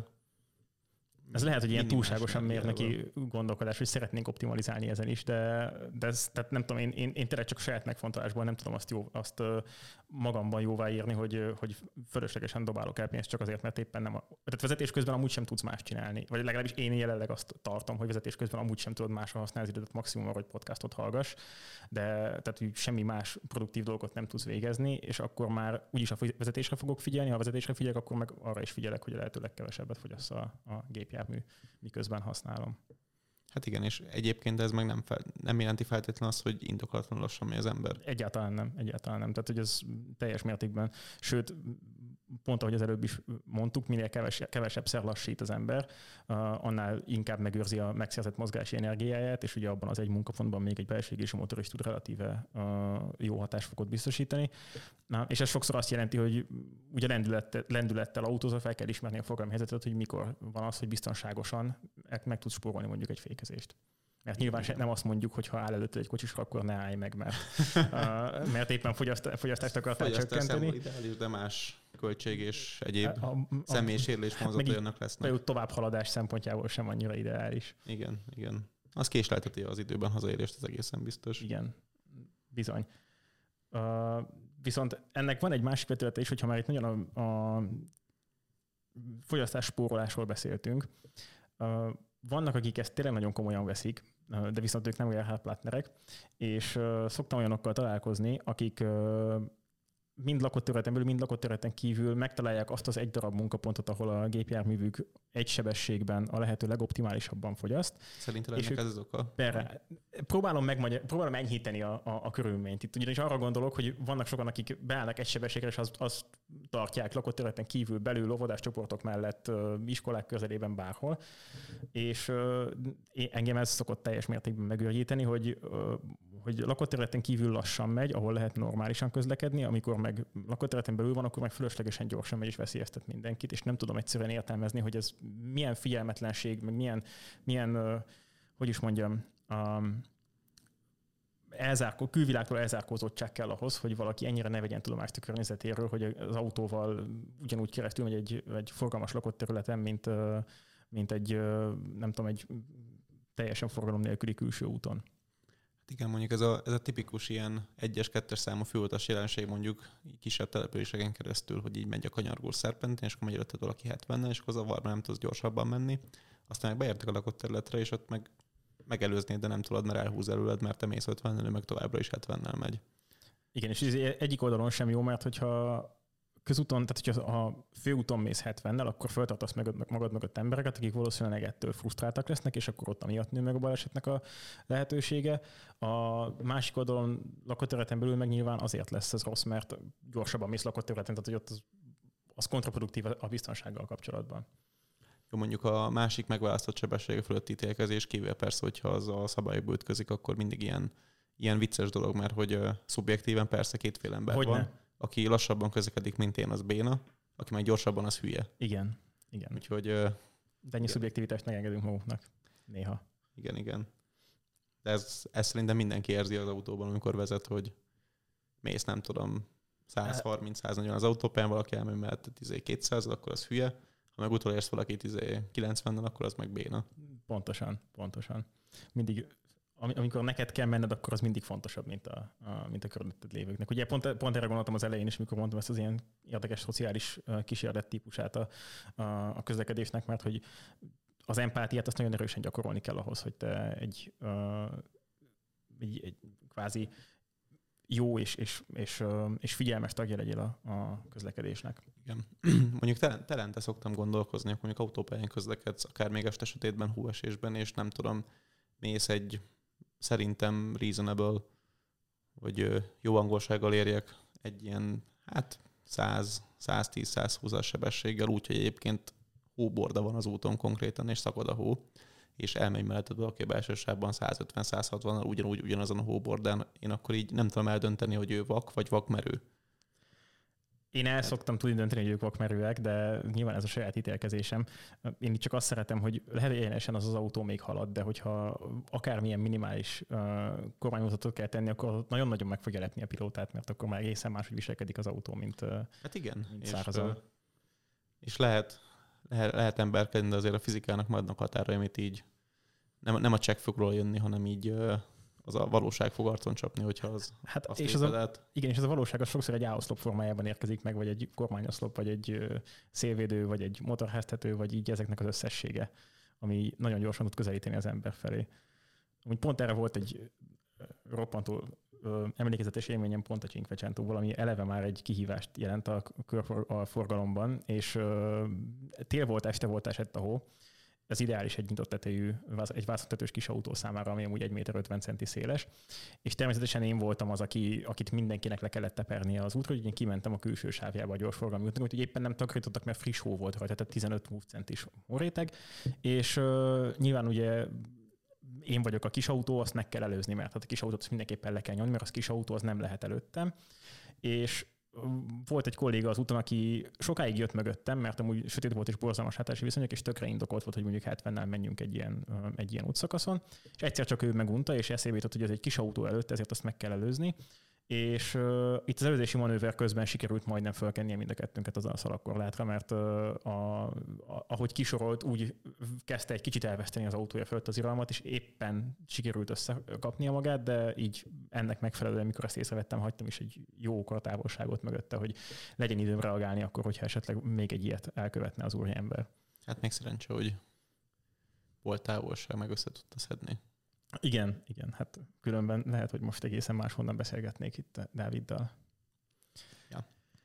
Ez lehet, hogy ilyen túlságosan mérnöki gondolkodás, hogy szeretnénk optimalizálni ezen is, de, de ez, tehát nem tudom, én, én, én tényleg csak saját megfontolásból nem tudom azt, jó, azt magamban jóvá írni, hogy, hogy fölöslegesen dobálok el pénzt csak azért, mert éppen nem. A, tehát vezetés közben amúgy sem tudsz más csinálni. Vagy legalábbis én jelenleg azt tartom, hogy vezetés közben amúgy sem tudod másra használni az időt, maximum arra, hogy podcastot hallgass, de tehát hogy semmi más produktív dolgot nem tudsz végezni, és akkor már úgyis a vezetésre fogok figyelni, ha a vezetésre figyelek, akkor meg arra is figyelek, hogy a lehető legkevesebbet fogyassza a, a gépjármű, miközben használom. Hát igen, és egyébként ez meg nem, fel, nem jelenti feltétlenül azt, hogy indokolatlanul lassan megy az ember. Egyáltalán nem, egyáltalán nem. Tehát, hogy ez teljes mértékben, sőt, pont ahogy az előbb is mondtuk, minél keves, kevesebb szer lassít az ember, uh, annál inkább megőrzi a megszerzett mozgási energiáját, és ugye abban az egy munkapontban még egy belső égésű motor is tud relatíve uh, jó hatásfokot biztosítani. Na, és ez sokszor azt jelenti, hogy ugye lendülettel, lendülettel autózva fel kell ismerni a forgalomhelyzetet, hogy mikor van az, hogy biztonságosan meg tudsz spórolni mondjuk egy fékezést. Mert nyilván se, nem azt mondjuk, hogy ha áll előtte egy kocsisra, akkor ne állj meg, mert, uh, mert éppen fogyaszt, fogyasztást akartál csökkenteni. Ideális, de más költség és egyéb személyisérülés vonzatójának lesznek. Például továbbhaladás szempontjából sem annyira ideális. Igen, igen. Az késlelteti az időben hazaérést, az egészen biztos. Igen, bizony. Uh, viszont ennek van egy másik vetülete is, hogyha már itt nagyon a, a fogyasztás spórolásról beszéltünk. Uh, vannak, akik ezt tényleg nagyon komolyan veszik, de viszont ők nem Gerhard Plattnerek, és uh, szoktam olyanokkal találkozni, akik uh, mind lakott területen belül, mind lakott területen kívül megtalálják azt az egy darab munkapontot, ahol a gépjárművük egy sebességben a lehető legoptimálisabban fogyaszt. Szerinted ennek ez az oka? Perre, próbálom, megmagyar, próbálom enyhíteni a, a, a körülményt. Itt ugyanis arra gondolok, hogy vannak sokan, akik beállnak egy sebességre, és azt, azt tartják lakott területen kívül, belül, óvodáscsoportok mellett, iskolák közelében, bárhol. És engem ez szokott teljes mértékben megőrjíteni, hogy hogy lakott területen kívül lassan megy, ahol lehet normálisan közlekedni, amikor meg lakott területen belül van, akkor meg fölöslegesen gyorsan megy és veszélyeztet mindenkit, és nem tudom egyszerűen értelmezni, hogy ez milyen figyelmetlenség, meg milyen, milyen hogy is mondjam, um, elzárkó, külvilágtól elzárkózottság kell ahhoz, hogy valaki ennyire ne vegyen tudomást a környezetéről, hogy az autóval ugyanúgy keresztül megy egy, egy forgalmas lakott területen, mint, mint egy, nem tudom, egy teljesen forgalom nélküli külső úton. Igen, mondjuk ez a, ez a tipikus ilyen egyes, kettes számú főutas jelenség mondjuk kisebb településeken keresztül, hogy így megy a kanyargós szerpentén, és akkor megy előtted valaki hetvennel, és akkor zavarba nem tudsz gyorsabban menni. Aztán meg beértek a lakott területre, és ott meg megelőznéd, de nem tudod, mert elhúz előled, mert te mész ötvennel, meg továbbra is hetvennel megy. Igen, és ez egyik oldalon sem jó, mert hogyha közúton, tehát hogyha a főúton mész hetvennel, akkor föltartasz meg magad mögött embereket, akik valószínűleg ettől frusztráltak lesznek, és akkor ott amiatt nő meg a balesetnek a lehetősége. A másik oldalon lakóterületen belül meg nyilván azért lesz ez rossz, mert gyorsabban mész lakóterületen, tehát hogy ott az, az kontraproduktív a biztonsággal kapcsolatban. Jó, mondjuk a másik megválasztott sebessége fölötti ítélkezés kívül persze, hogyha az a szabályokba ütközik, akkor mindig ilyen, ilyen vicces dolog, mert hogy uh, szubjektíven persze kétféle ember Hogyne. van. Aki lassabban közlekedik, mint én, az béna, aki meg gyorsabban, az hülye. Igen, igen. Úgyhogy... De ennyi szubjektivitást megengedünk magunknak néha. Igen, igen. De ez, ez szerintem mindenki érzi az autóban, amikor vezet, hogy mész, nem tudom, száz harminc száz negyven az autópályán, valaki elmegy mellett kétszáz, akkor az hülye. Ha meg utolérsz valakit kilencvennel, akkor az meg béna. Pontosan, pontosan. Mindig amikor neked kell menned, akkor az mindig fontosabb, mint a, a, mint a körülötted lévőknek. Ugye pont, pont erre gondoltam az elején is, amikor mondtam ezt az ilyen érdekes szociális kísérlet típusát a, a, a közlekedésnek, mert hogy az empátiát azt nagyon erősen gyakorolni kell ahhoz, hogy te egy, egy, egy kvázi jó és, és, és, és figyelmes tagja legyél a, a közlekedésnek. Igen. Mondjuk telente szoktam gondolkozni, hogy mondjuk autópályán közlekedsz, akár még este sötétben, hóesésben, és nem tudom, mész egy szerintem reasonable, vagy jó angolsággal érjek egy ilyen, hát száz, száztíz, százhúszas sebességgel, úgyhogy egyébként hóborda van az úton konkrétan, és szakad a hó, és elmegy melletted valaki a belső sávban százötven százhatvannal, ugyanúgy ugyanazon a hóbordán, én akkor így nem tudom eldönteni, hogy ő vak, vagy vakmerő. Én el szoktam tudni dönteni, hogy ők vakmerőek, de nyilván ez a saját ítélkezésem. Én itt csak azt szeretem, hogy lehet, hogy egyenesen az az autó még halad, de hogyha akármilyen minimális uh, kormánymutatót kell tenni, akkor nagyon-nagyon meg fogja lepni a pilótát, mert akkor már egészen máshogy viselkedik az autó, mint, uh, hát igen. mint és, szárazon. És lehet, lehet, lehet emberkedni, de azért a fizikának maradnak határai, amit így nem, nem a csekkfogról jönni, hanem így uh, az a valóság fog arcon csapni, hogyha az hát azt és az a, igen, és ez a valóság az sokszor egy áoszlop formájában érkezik meg, vagy egy kormányoszlop, vagy egy szélvédő, vagy egy motorháztető, vagy így ezeknek az összessége, ami nagyon gyorsan tud közelíteni az ember felé. Úgy pont erre volt egy roppantó emlékezetes élményem pont a Cinquecento-ból, ami eleve már egy kihívást jelent a körforgalomban, és tél volt, este volt, esett a hó. Ez ideális egy nyitott tetejű, egy vászontetős kis autó számára, ami amúgy egy méter ötven centi széles. És természetesen én voltam az, aki, akit mindenkinek le kellett tepernie az útra, hogy én kimentem a külső sávjába a gyorsforgalmi útnak, úgyhogy éppen nem takarítottak, mert friss hó volt rajta, tehát tizenöt-húsz centis hóréteg. És uh, nyilván ugye én vagyok a kis autó, azt meg kell előzni, mert hát a kis autót mindenképpen le kell nyomni, mert az kis autó az nem lehet előttem. És volt egy kolléga az úton, aki sokáig jött mögöttem, mert amúgy sötét volt és borzalmas hátási viszonyok, és tökre indokolt volt, hogy mondjuk hetvennel menjünk egy ilyen, egy ilyen útszakaszon. És egyszer csak ő megunta, és eszébe jutott, hogy ez egy kis autó előtt, ezért azt meg kell előzni. És uh, itt az előzési manőver közben sikerült majdnem fölkennie mind a kettőnket az a szalagkorlátra, mert uh, a, a, ahogy kisorolt, úgy kezdte egy kicsit elveszteni az autója fölött az iralmat, és éppen sikerült összekapnia magát, de így ennek megfelelően, amikor ezt észrevettem, hagytam is egy jó távolságot mögötte, hogy legyen időm reagálni akkor, hogyha esetleg még egy ilyet elkövetne az úriember. Hát még szerencsé, hogy volt távolság, meg össze tudta szedni. Igen, igen, hát különben lehet, hogy most egészen máshonnan beszélgetnék itt Dáviddal. Ja.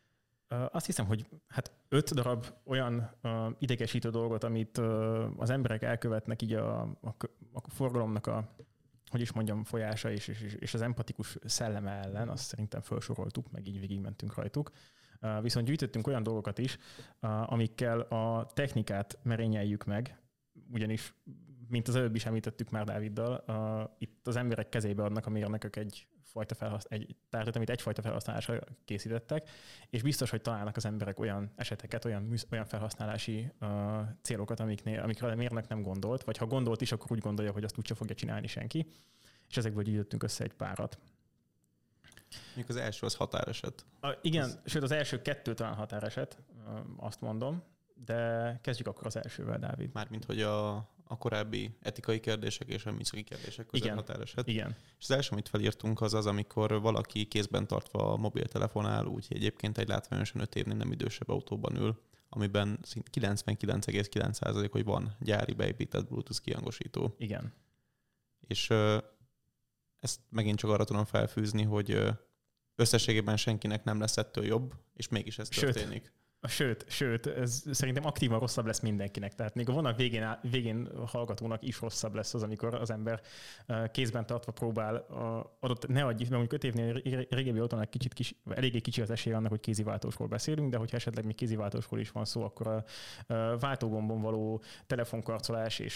Azt hiszem, hogy hát öt darab olyan uh, idegesítő dolgot, amit uh, az emberek elkövetnek így a, a, a forgalomnak a, hogy is mondjam, folyása és, és, és az empatikus szelleme ellen, azt szerintem felsoroltuk, meg így végigmentünk rajtuk. Uh, viszont gyűjtöttünk olyan dolgokat is, uh, amikkel a technikát merényeljük meg, ugyanis mint az előbb is említettük már Dáviddal, uh, itt az emberek kezébe adnak a mérnökök egy fajta felhasznál, egy tárgyat, amit egyfajta felhasználásra készítettek, és biztos, hogy találnak az emberek olyan eseteket, olyan, műsz, olyan felhasználási uh, célokat, amiknél, amikre a mérnök nem gondolt, vagy ha gondolt is, akkor úgy gondolja, hogy azt úgyse fogja csinálni senki, és ezekből gyűjtöttünk össze egy párat. Mondjuk az első az határeset. Uh, igen, az... sőt az első kettő talán határeset, uh, azt mondom, de kezdjük akkor az elsővel, Dávid. Mármint, hogy a, a korábbi etikai kérdések és a műszaki kérdések között igen, határeset. Igen. És az első, amit felírtunk, az az, amikor valaki kézben tartva a mobiltelefonál, úgyhogy egyébként egy látványosan öt évnél nem idősebb autóban ül, amiben kilencvenkilenc egész kilenc százalék, hogy van gyári beépített Bluetooth kihangosító. Igen. És ö, ezt megint csak arra tudom felfűzni, hogy ö, összességében senkinek nem lesz ettől jobb, és mégis ez Sőt. történik. Sőt, sőt, ez szerintem aktívan rosszabb lesz mindenkinek. Tehát még a vonal végén, végén hallgatónak is rosszabb lesz az, amikor az ember kézben tartva próbál adott, ne adj, mert mondjuk öt évnél régebbi autónak kicsit kis, eléggé kicsi az esély annak, hogy kéziváltósról beszélünk, de hogyha esetleg még kéziváltósról is van szó, akkor a váltógombon való telefonkarcolás és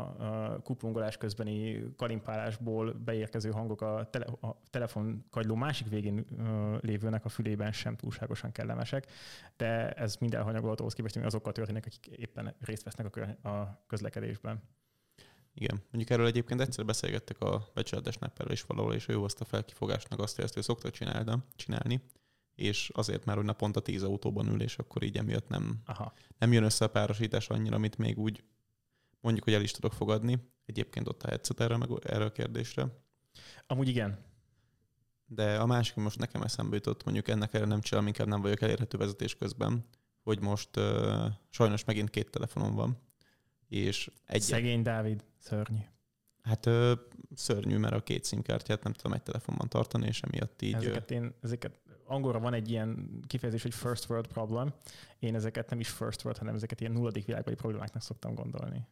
a kuplungolás közbeni kalimpálásból beérkező hangok a, tele, a telefonkagyló másik végén lévőnek a fülében sem túlságosan kellemesek, de ez mind elhanyagolható ahhoz képest, hogy azokkal történik, akik éppen részt vesznek a közlekedésben. Igen. Mondjuk erről egyébként egyszer beszélgettek a becsületes nepperrel is valahol, és ő hozta fel kifogásnak azt, hogy ezt ő szokta csinálni, és azért már, hogy naponta tíz autóban ül, és akkor így emiatt nem, nem jön össze a párosítás annyira, amit még úgy mondjuk, hogy el is tudok fogadni. Egyébként ott a headset erre, meg erre a kérdésre. Amúgy igen. De a másik, most nekem eszembe jutott, mondjuk ennek erre nem csinálom, inkább nem vagyok elérhető vezetés közben, hogy most uh, sajnos megint két telefonom van. És egy... Szegény Dávid, szörnyű. Hát uh, szörnyű, mert a két SIM-kártyát nem tudom egy telefonban tartani, és emiatt így... Ezeket én, ezeket, angolra van egy ilyen kifejezés, hogy first world problem. Én ezeket nem is first world, hanem ezeket ilyen nulladik világbeli problémáknak szoktam gondolni.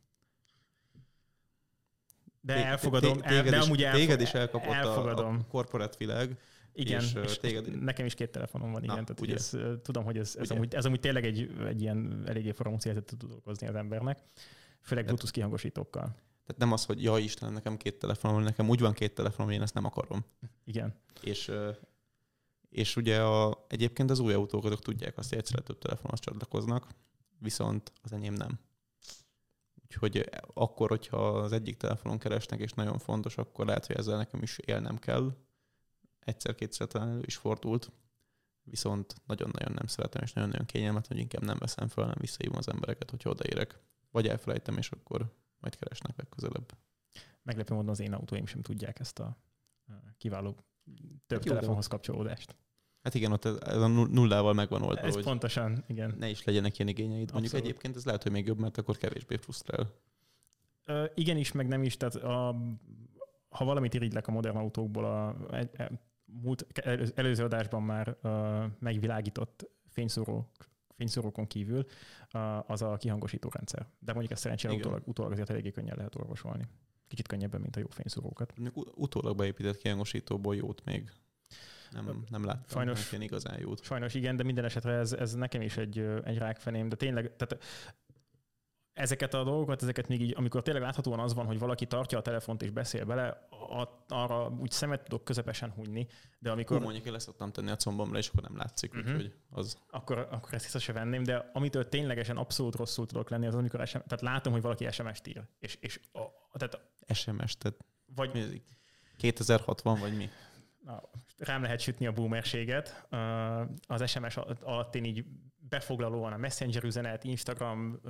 De elfogadom, el, de amúgy elfog, téged is elkapott elfogadom. a, a corporate világ. Igen, és, és téged... nekem is két telefonom van, igen. Na, tehát, ez, tudom, hogy ez, ez, amúgy, ez amúgy tényleg egy, egy ilyen eléggé forró helyzetet tud okozni az embernek. Főleg Bluetooth kihangosítókkal. Tehát nem az, hogy jaj Istenem, nekem két telefonom, nekem úgy van két telefonom, én ezt nem akarom. Igen. És, és ugye a, egyébként az új autók azok tudják azt, hogy egyszerre több telefonhoz csatlakoznak, viszont az enyém nem. Úgyhogy akkor, hogyha az egyik telefonon keresnek, és nagyon fontos, akkor lehet, hogy ezzel nekem is élnem kell. Egyszer-kétszer talán elő is fordult, viszont nagyon-nagyon nem szeretem, és nagyon-nagyon kényelmetlen, hogy inkább nem veszem fel, nem visszahívom az embereket, hogyha odaérek. Vagy elfelejtem, és akkor majd keresnek legközelebb. Meglepő módon az én autóim sem tudják ezt a kiváló több Jó, telefonhoz kapcsolódást. Hát igen, ott ez a nullával megvan oldva, ez hogy pontosan, igen. Ne is legyenek ilyen igényeid. Mondjuk Abszolút. Egyébként ez lehet, hogy még jobb, mert akkor kevésbé frusztrál. Uh, igen is, meg nem is. Tehát a, ha valamit irigylek a modern autókból, a, a, a múlt, előző adásban már uh, megvilágított fényszórók, fényszórókon kívül, uh, az a kihangosító rendszer. De mondjuk ezt szerencsére utólag, utólag azért eléggé könnyen lehet orvosolni. Kicsit könnyebben, mint a jó fényszórókat. Mondjuk utólag beépített kihangosítóból jót még nem, nem láttam. Sajnos, nem igazán jót. Sajnos igen, de minden esetre ez, ez nekem is egy, egy rákfeném, de tényleg, tehát ezeket a dolgokat, ezeket még így, amikor tényleg láthatóan az van, hogy valaki tartja a telefont és beszél bele, a, arra úgy szemet tudok közepesen hunyni, de amikor... Hú, mondjuk én leszoktam tenni a combomra, és akkor nem látszik, uh-huh. úgyhogy az... Akkor, akkor ezt hiszem se venném, de amitől ténylegesen abszolút rosszul tudok lenni, az amikor es em es, tehát látom, hogy valaki es em es-t ír. És, és a, tehát... es em es, tehát... Vagy... kétezer-hatvan, vagy mi? Na, rám lehet sütni a boomerséget. Az es em es alatt én így befoglalóan a Messenger üzenet, Instagram,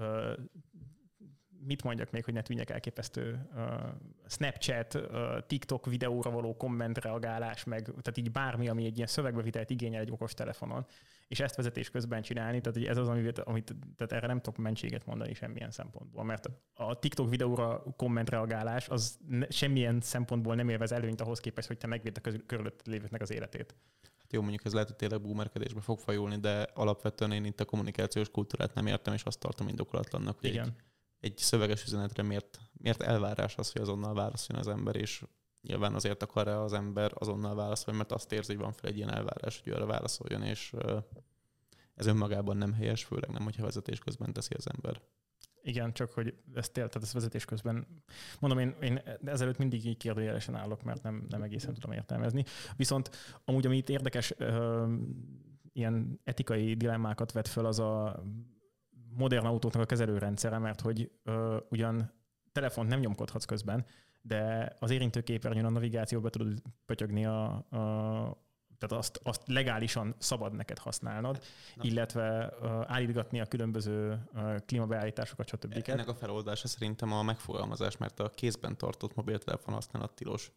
mit mondjak még, hogy ne tűnjek elképesztő, Snapchat, TikTok videóra való kommentreagálás, meg tehát így bármi, ami egy ilyen szövegbevitelt igényel egy okos telefonon, és ezt vezetés közben csinálni, tehát ez az, amit, amit tehát erre nem tudok mentséget mondani semmilyen szempontból, mert a TikTok videóra kommentreagálás az ne, semmilyen szempontból nem élvez előnyt ahhoz képest, hogy te megvéd a körülött lévőknek az életét. Hát jó, mondjuk ez lehet, hogy tényleg boomerkedésbe fog fajulni, de alapvetően én itt a kommunikációs kultúrát nem értem, és azt tartom indokolatlannak, hogy igen. Egy, egy szöveges üzenetre miért, miért elvárás az, hogy azonnal válaszoljon az ember, és nyilván azért akar-e az ember azonnal válaszolni, mert azt érzi, hogy van fel egy ilyen elvárás, hogy arra válaszoljon, és ez önmagában nem helyes, főleg nem, hogyha vezetés közben teszi az ember. Igen, csak hogy ezt tényleg, tehát ezt vezetés közben, mondom, én, én ezelőtt mindig így kérdőjelesen állok, mert nem, nem egészen tudom értelmezni. Viszont amúgy, ami itt érdekes, ö, ilyen etikai dilemmákat vet föl, az a modern autóknak a kezelőrendszere, mert hogy ö, ugyan telefont nem nyomkodhatsz közben, de az érintőképernyőn a navigációba tudod pötyögni a, a tehát azt, azt legálisan szabad neked használnod, Na. illetve uh, állítgatni a különböző uh, klímabeállításokat, stb. Ennek a feloldása szerintem a megfogalmazás, mert a kézben tartott mobiltelefon használat tilos.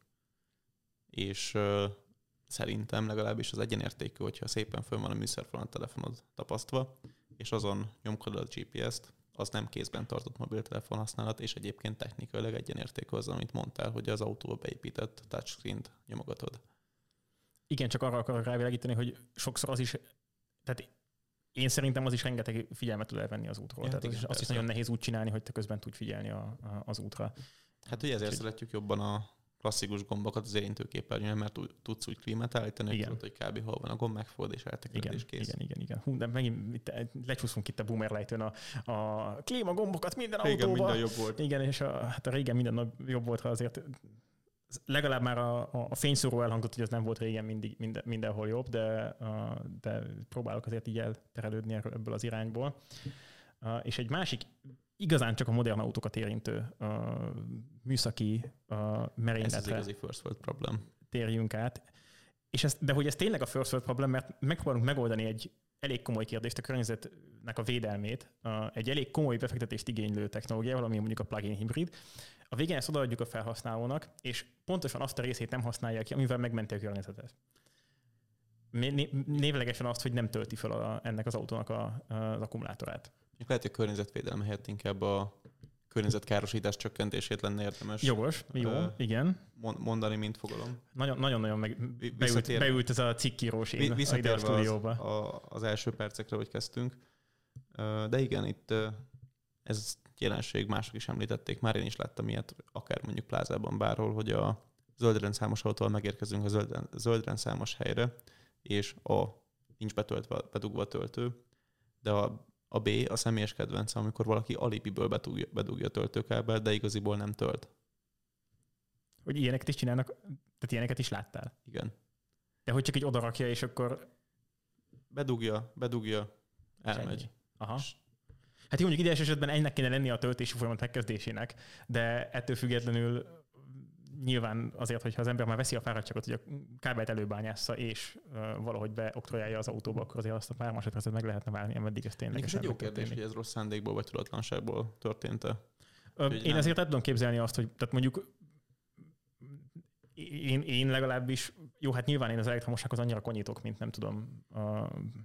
És uh, szerintem legalábbis az egyenértékű, hogyha szépen fönn van a műszerfal a telefonod tapasztva, és azon nyomkodod a gé pé es-t, az nem kézben tartott mobiltelefon használat, és egyébként technikailag egyenértékű az, amit mondtál, hogy az autóba beépített touchscreen-t nyomogatod. Igen, csak arra akarok rávilágítani, hogy sokszor az is, tehát én szerintem az is rengeteg figyelmet tud elvenni az útról. Ja, tehát igen, az, azt is nagyon nehéz úgy csinálni, hogy te közben tudj figyelni a, a, az útra. Hát ugye ezért szeretjük jobban a klasszikus gombokat az érintőképernyőn, mert tudsz úgy klímát állítani, hogy tudod, hogy kb. Hol van a gomb, megfogod és eltekered és kész. Igen, igen, igen. Hú, de megint itt, lecsúszunk itt a boomer lejtőn a, a klímagombokat minden autóba. Igen, minden jobb volt. Igen, és a, hát a régen minden jobb volt, ha azért legalább már a, a fényszóró elhangzott, hogy az nem volt régen mindig, minden, mindenhol jobb, de, de próbálok azért így elterelődni ebből az irányból. És egy másik, igazán csak a modern autókat érintő műszaki merényletre. Ez az igazi first world problem. Térjünk át. és ez, de hogy ez tényleg a first world problem, mert megpróbálunk megoldani egy elég komoly kérdést, a környezetnek a védelmét, egy elég komoly befektetést igénylő technológiával, ami mondjuk a plug-in hibrid. A végén ezt odaadjuk a felhasználónak, és pontosan azt a részét nem használják ki, amivel megmenti a környezetet. Névlegesen azt, hogy nem tölti fel a, ennek az autónak a, az akkumulátorát. Lehet, hogy a környezetvédelem helyett inkább a környezetkárosítás csökkentését lenne érdemes. Jogos, jó, uh, igen. Mondani, mint fogalom. Nagyon-nagyon meg beült, beült ez a cikkírós én ide a stúdióba. Az, az első percekre, hogy kezdtünk. De igen, itt ez jelenség, mások is említették, már én is láttam ilyet, akár mondjuk plázában bárhol, hogy a zöldrendszámos autóval megérkezünk a zöld, zöldrendszámos helyre, és A, nincs betöltve, bedugva a töltő, de a A B, a személyes kedvence, amikor valaki alipiből bedugja, bedugja a töltőkábel, de igaziból nem tölt. Hogy ilyeneket is csinálnak, tehát ilyeneket is láttál? Igen. De hogy csak így odarakja, és akkor... Bedugja, bedugja, elmegy. Aha. Hát jó, mondjuk ideális esetben ennek kéne lenni a töltési folyamat megkezdésének, de ettől függetlenül nyilván azért, hogyha az ember már veszi a fáradtságot, hogy a kábelt előbányásza és uh, valahogy beoktrojálja az autóba, akkor azért azt a pár másodpercet meg lehetne várni, ameddig ez tényleg. És egy jó kérdés, hogy ez rossz szándékból vagy tudatlanságból történt-e. Ö, én nem... ezért el tudom képzelni azt, hogy tehát mondjuk én, én legalábbis, jó, hát nyilván én az elektromossághoz annyira konyítok, mint nem tudom, uh,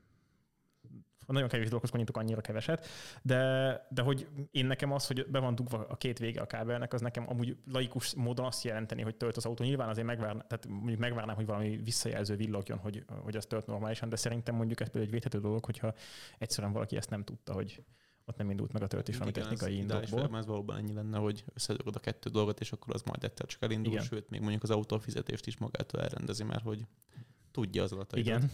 nagyon kevés dolgokhoz konyítok annyira keveset, de, de hogy én nekem az, hogy be van dugva a két vége a kábelnek, az nekem amúgy laikus módon azt jelenteni, hogy tölt az autó. Nyilván azért megvárnám, tehát mondjuk megvárnám, hogy valami visszajelző villogjon, hogy, hogy az tölt normálisan, de szerintem mondjuk ez például egy védhető dolog, hogyha egyszerűen valaki ezt nem tudta, hogy ott nem indult meg a töltés valami technikai indokból. Ez valóban ennyi lenne, hogy összedugod a kettő dolgot, és akkor az majd egyszer csak elindul, igen. Sőt, még mondjuk az autófizetést is magától elrendezi, mert hogy tudja az adataidat. Igen.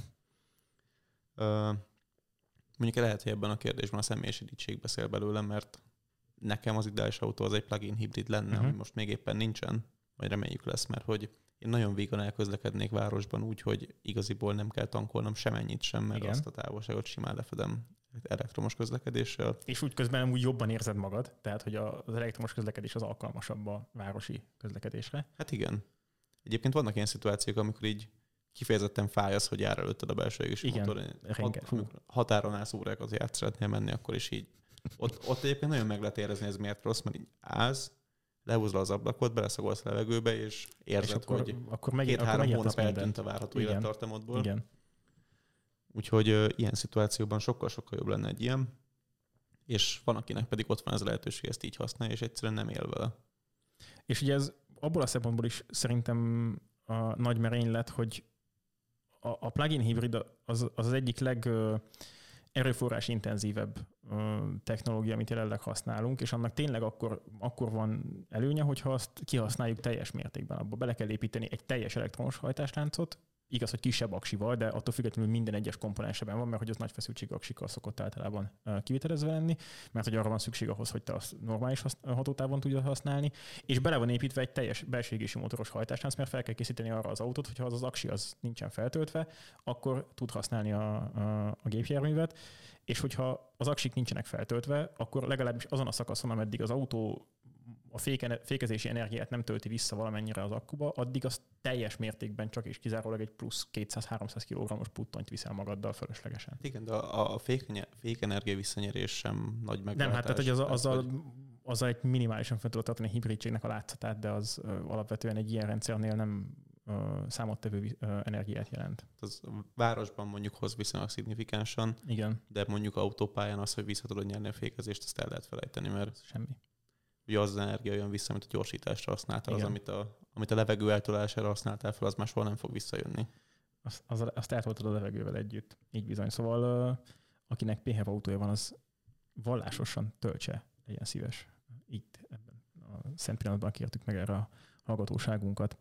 Uh, Mondjuk lehet, hogy ebben a kérdésben a személyes irítség beszél belőlem, mert nekem az ideális autó az egy plug-in hibrid lenne, uh-huh. ami most még éppen nincsen, vagy reméljük lesz, mert hogy én nagyon vígan elközlekednék városban úgy, hogy igaziból nem kell tankolnom semennyit sem, mert igen. Azt a távolságot simán lefedem elektromos közlekedéssel. És úgy közben úgy jobban érzed magad, tehát hogy az elektromos közlekedés az alkalmasabb a városi közlekedésre. Hát igen. Egyébként vannak ilyen szituációk, amikor így kifejezetten fáj az, hogy jár előtted a belső égési motor. Hat, határon állsz órákat, át szeretnél menni, akkor is így. Ott, ott egyébként nagyon meg lehet érezni, ez miért rossz, mert így állsz, lehúzod az ablakot, beleszagolsz a levegőbe, és érzed, és akkor, hogy akkor meg, két-három hónap eltűnt a várható élettartamodból. Igen. Úgyhogy uh, ilyen szituációban sokkal-sokkal jobb lenne egy ilyen, és van, akinek pedig ott van ez a lehetőség, ezt így használja, és egyszerűen nem él vele. És ugye ez abból a szempontból is szerintem a nagy merénylet, hogy a plug-in hibrid az az, az egyik leg erőforrás intenzívebb technológia, amit jelenleg használunk, és annak tényleg akkor, akkor van előnye, hogyha azt kihasználjuk teljes mértékben. Abba bele kell építeni egy teljes elektromos hajtásláncot, igaz, hogy kisebb aksival, de attól függetlenül minden egyes komponenseben van, mert hogy az nagy feszültségű aksikkal szokott általában kivitelezve lenni, mert hogy arra van szükség ahhoz, hogy te azt normális hatótávon tudjad használni, és bele van építve egy teljes belső égési motoros hajtáslánc, mert fel kell készíteni arra az autót, hogyha az az aksi az nincsen feltöltve, akkor tud használni a, a, a gépjárművet, és hogyha az aksik nincsenek feltöltve, akkor legalábbis azon a szakaszon, ameddig az autó a féke, fékezési energiát nem tölti vissza valamennyire az akkuba, addig az teljes mértékben csak és kizárólag egy plusz kétszáz-háromszáz kilogrammos puttonyt viszel magaddal fölöslegesen. Igen, de a, a fékenergia visszanyerés sem nagy megváltás. Nem, hát tehát, hogy az, azzal, hogy... azzal egy minimálisan fel tudod tartani a hibridségnek a látszatát, de az ö, alapvetően egy ilyen rendszernél nem ö, számottevő ö, energiát jelent. Az városban mondjuk hoz viszonylag szignifikánsan, igen. De mondjuk autópályán az, hogy vissza tudod nyerni a fékezést, ezt el lehet felejteni, mert semmi. Ugye az, az energia jön vissza, amit a gyorsításra használtál, az, amit a, amit a levegő eltolására használtál fel, az máshol nem fog visszajönni. Azt, az, azt eltoltad a levegővel együtt. Így bizony. Szóval uh, akinek pé há vé autója van, az vallásosan töltse, legyen szíves. Itt ebben a szent pillanatban kértük meg erre a hallgatóságunkat.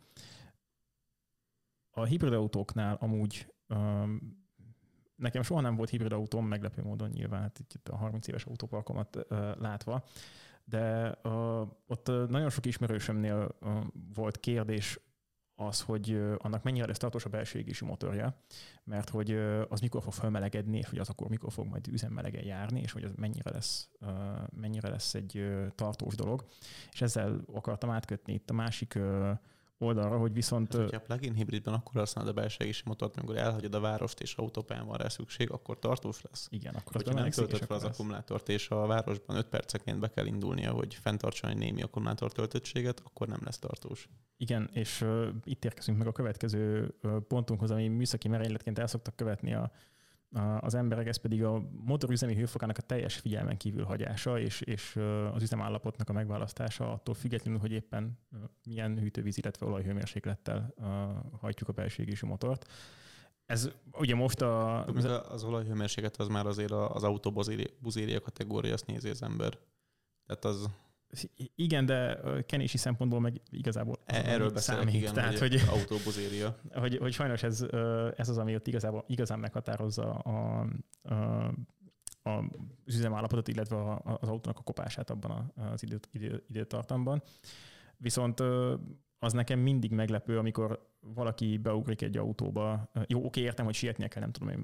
A hibrid autóknál amúgy um, nekem soha nem volt hibrid autóm, meglepő módon nyilván, hát itt a harminc éves autóparkomat uh, látva, de uh, ott uh, nagyon sok ismerősömnél uh, volt kérdés az, hogy uh, annak mennyire lesz tartós a belső égési motorja, mert hogy uh, az mikor fog felmelegedni, és hogy az akkor mikor fog majd üzemmelegen járni, és hogy az mennyire lesz, uh, mennyire lesz egy uh, tartós dolog. És ezzel akartam átkötni itt a másik uh, oldalra, hogy viszont... Hát, hogyha a plug-in hibridben akkor használod a belső égési motort, amikor elhagyod a várost és autópályán van rá szükség, akkor tartós lesz. Igen, akkor hogyha nem töltöd fel az lesz. akkumulátort, és a városban öt percenként be kell indulnia, hogy fenntartson egy némi akkumulátor töltöttséget, akkor nem lesz tartós. Igen, és uh, itt érkezünk meg a következő uh, pontunkhoz, ami műszaki merényletként el szoktak követni a, a, az emberek, ez pedig a motorüzemi hőfokának a teljes figyelmen kívül hagyása, és, és uh, az üzemállapotnak a megválasztása attól függetlenül, hogy éppen uh, milyen hűtővíz, illetve olajhőmérséklettel uh, hajtjuk a belső égésű motort. Ez ugye most a... Az, az olajhőmérséklet az már azért az autóbuzéria kategória, azt nézi az ember. Tehát az... Igen, de kenési szempontból meg igazából erről beszélek, igen, tehát, hogy, hogy autóbuzéria. Hogy, hogy sajnos ez, ez az, ami ott igazából, igazán meghatározza a, a, a, az üzemállapotot, illetve a, az autónak a kopását abban az idő, idő, időtartamban. Viszont az nekem mindig meglepő, amikor valaki beugrik egy autóba. Jó, oké, értem, hogy sietnie kell, nem tudom én,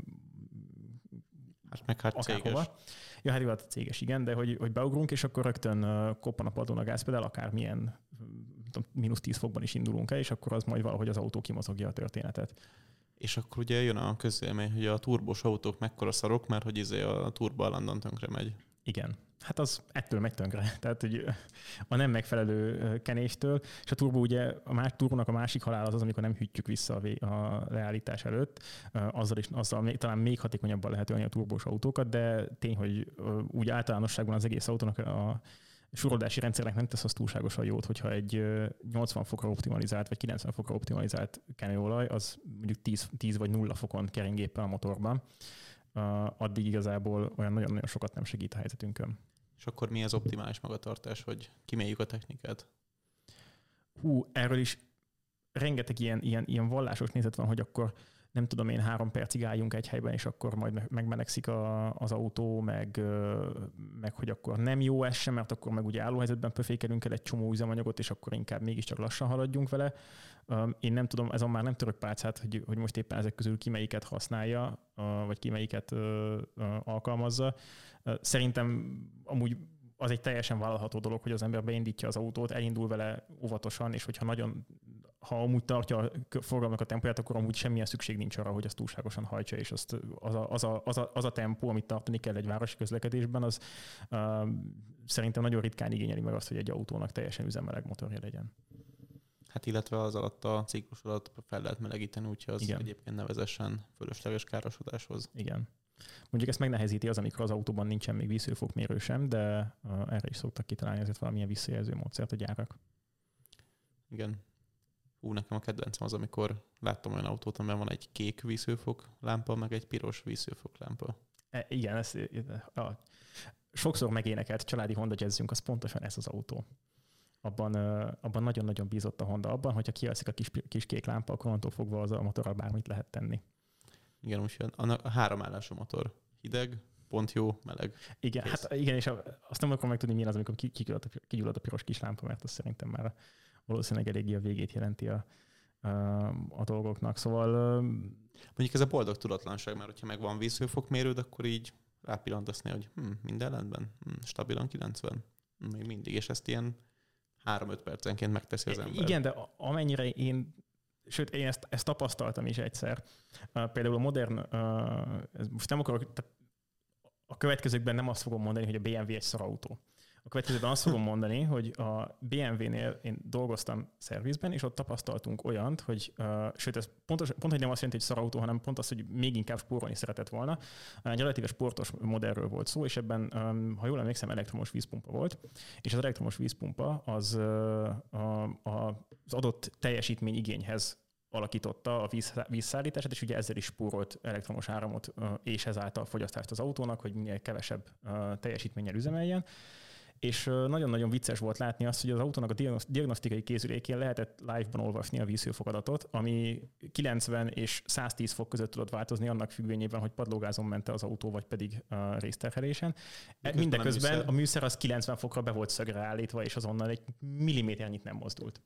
hát meg hát akárhova. Céges. Ja, hát jó, hát céges, igen, de hogy, hogy beugrunk, és akkor rögtön koppan a padlón a gázpedál, akármilyen mínusz tíz fokban is indulunk el, és akkor az majd valahogy az autó kimozogja a történetet. És akkor ugye jön a közélmény, hogy a turbós autók mekkora szarok, mert hogy izé a turbo állandóan tönkre megy. Igen. Hát az ettől megy tönkre. Tehát, hogy a nem megfelelő kenéstől, és a turbo ugye, a más turbónak a másik halál az az, amikor nem hűtjük vissza a, vé- a leállítás előtt, azzal, is, azzal még, talán még hatékonyabban lehet ölni a turbós autókat, de tény, hogy úgy általánosságban az egész autónak a sorodási rendszernek nem tesz az túlságosan jót, hogyha egy nyolcvan fokra optimalizált, vagy kilencven fokra optimalizált kenőolaj, az mondjuk tíz, tíz vagy nulla fokon kering éppen a motorban. Uh, addig igazából olyan nagyon-nagyon sokat nem segít a helyzetünkön. És akkor mi az optimális magatartás, hogy kiméljük a technikát? Hú, erről is rengeteg ilyen, ilyen, ilyen vallásos nézet van, hogy akkor nem tudom én, három percig álljunk egy helyben, és akkor majd megmelegszik a, az autó, meg, meg hogy akkor nem jó ez sem, mert akkor meg ugye állóhelyzetben pöfékelünk el egy csomó üzemanyagot, és akkor inkább mégiscsak lassan haladjunk vele. Én nem tudom, azon már nem török pálcát, hogy, hogy most éppen ezek közül ki melyiket használja, vagy ki melyiket alkalmazza. Szerintem amúgy az egy teljesen vállalható dolog, hogy az ember beindítja az autót, elindul vele óvatosan, és hogyha nagyon, ha amúgy tartja a forgalomnak a tempóját, akkor amúgy semmilyen szükség nincs arra, hogy azt túlságosan hajtsa, és azt, az, a, az, a, az, a, az a tempó, amit tartani kell egy városi közlekedésben, az uh, szerintem nagyon ritkán igényeli meg azt, hogy egy autónak teljesen üzemmeleg motorja legyen. Hát illetve az alatt a ciklus alatt fel lehet melegíteni, úgyhogy az igen. Egyébként ne vezessen fölösleges károsodáshoz. Igen. Mondjuk ezt megnehezíti az, amikor az autóban nincsen még vízhőfokmérő sem, de uh, erre is szoktak kitalálni azért valamilyen visszajelző módszert a gyárak. Igen. Hú, nekem a kedvencem az, amikor láttam olyan autót, amiben van egy kék vízhőfok lámpa, meg egy piros vízhőfok lámpa. E, igen, ez, a, sokszor megénekelt családi Honda Jazzünk, az pontosan ez az autó. Abban, uh, abban nagyon-nagyon bízott a Honda abban, hogyha kialszik a kis, kis kék lámpa, akkor onnantól fogva az a motorral bármit lehet tenni. Igen, úgyhogy a háromállású motor. Hideg, pont jó, meleg. Igen, kész. Hát igen, és azt nem akarom megtudni, milyen az, amikor kigyullad a piros kis lámpa, mert az szerintem már valószínűleg eléggé a végét jelenti a, a, a dolgoknak. Szóval... Mondjuk ez a boldog tudatlanság, mert hogyha megvan vízhőfokmérőd, akkor így rápillantasz néha, hogy hm, minden rendben, hm, stabilan kilencven, még mindig, és ezt ilyen három-öt percenként megteszi az ember. Igen, de amennyire én Sőt, én ezt, ezt tapasztaltam is egyszer. Uh, például a modern, uh, most nem akarok, tehát a következőkben nem azt fogom mondani, hogy a bé em vé egy szarautó. A következőben azt fogom mondani, hogy a bé em vé-nél én dolgoztam szervizben, és ott tapasztaltunk olyant, hogy, uh, sőt, ez pontos, pont, hogy nem azt jelenti, hogy szarautó, hanem pont az, hogy még inkább spórolni szeretett volna. Egy relatíve sportos modellről volt szó, és ebben, um, ha jól emlékszem, elektromos vízpumpa volt, és az elektromos vízpumpa az uh, a, a, az adott teljesítmény igényhez alakította a víz, vízszállítását, és ugye ezzel is spórolt elektromos áramot, uh, és ezáltal fogyasztást az autónak, hogy minél kevesebb uh, teljesítménnyel üzemeljen. És nagyon-nagyon vicces volt látni azt, hogy az autónak a diagnosztikai készülékén lehetett live-ban olvasni a vízhőfokadatot, ami kilencven és száztíz fok között tudott változni annak függvényében, hogy padlógázon ment az autó, vagy pedig a részterhelésen. Mindeközben a műszer... a műszer az kilencven fokra be volt szögre állítva, és azonnal egy milliméternyit nem mozdult.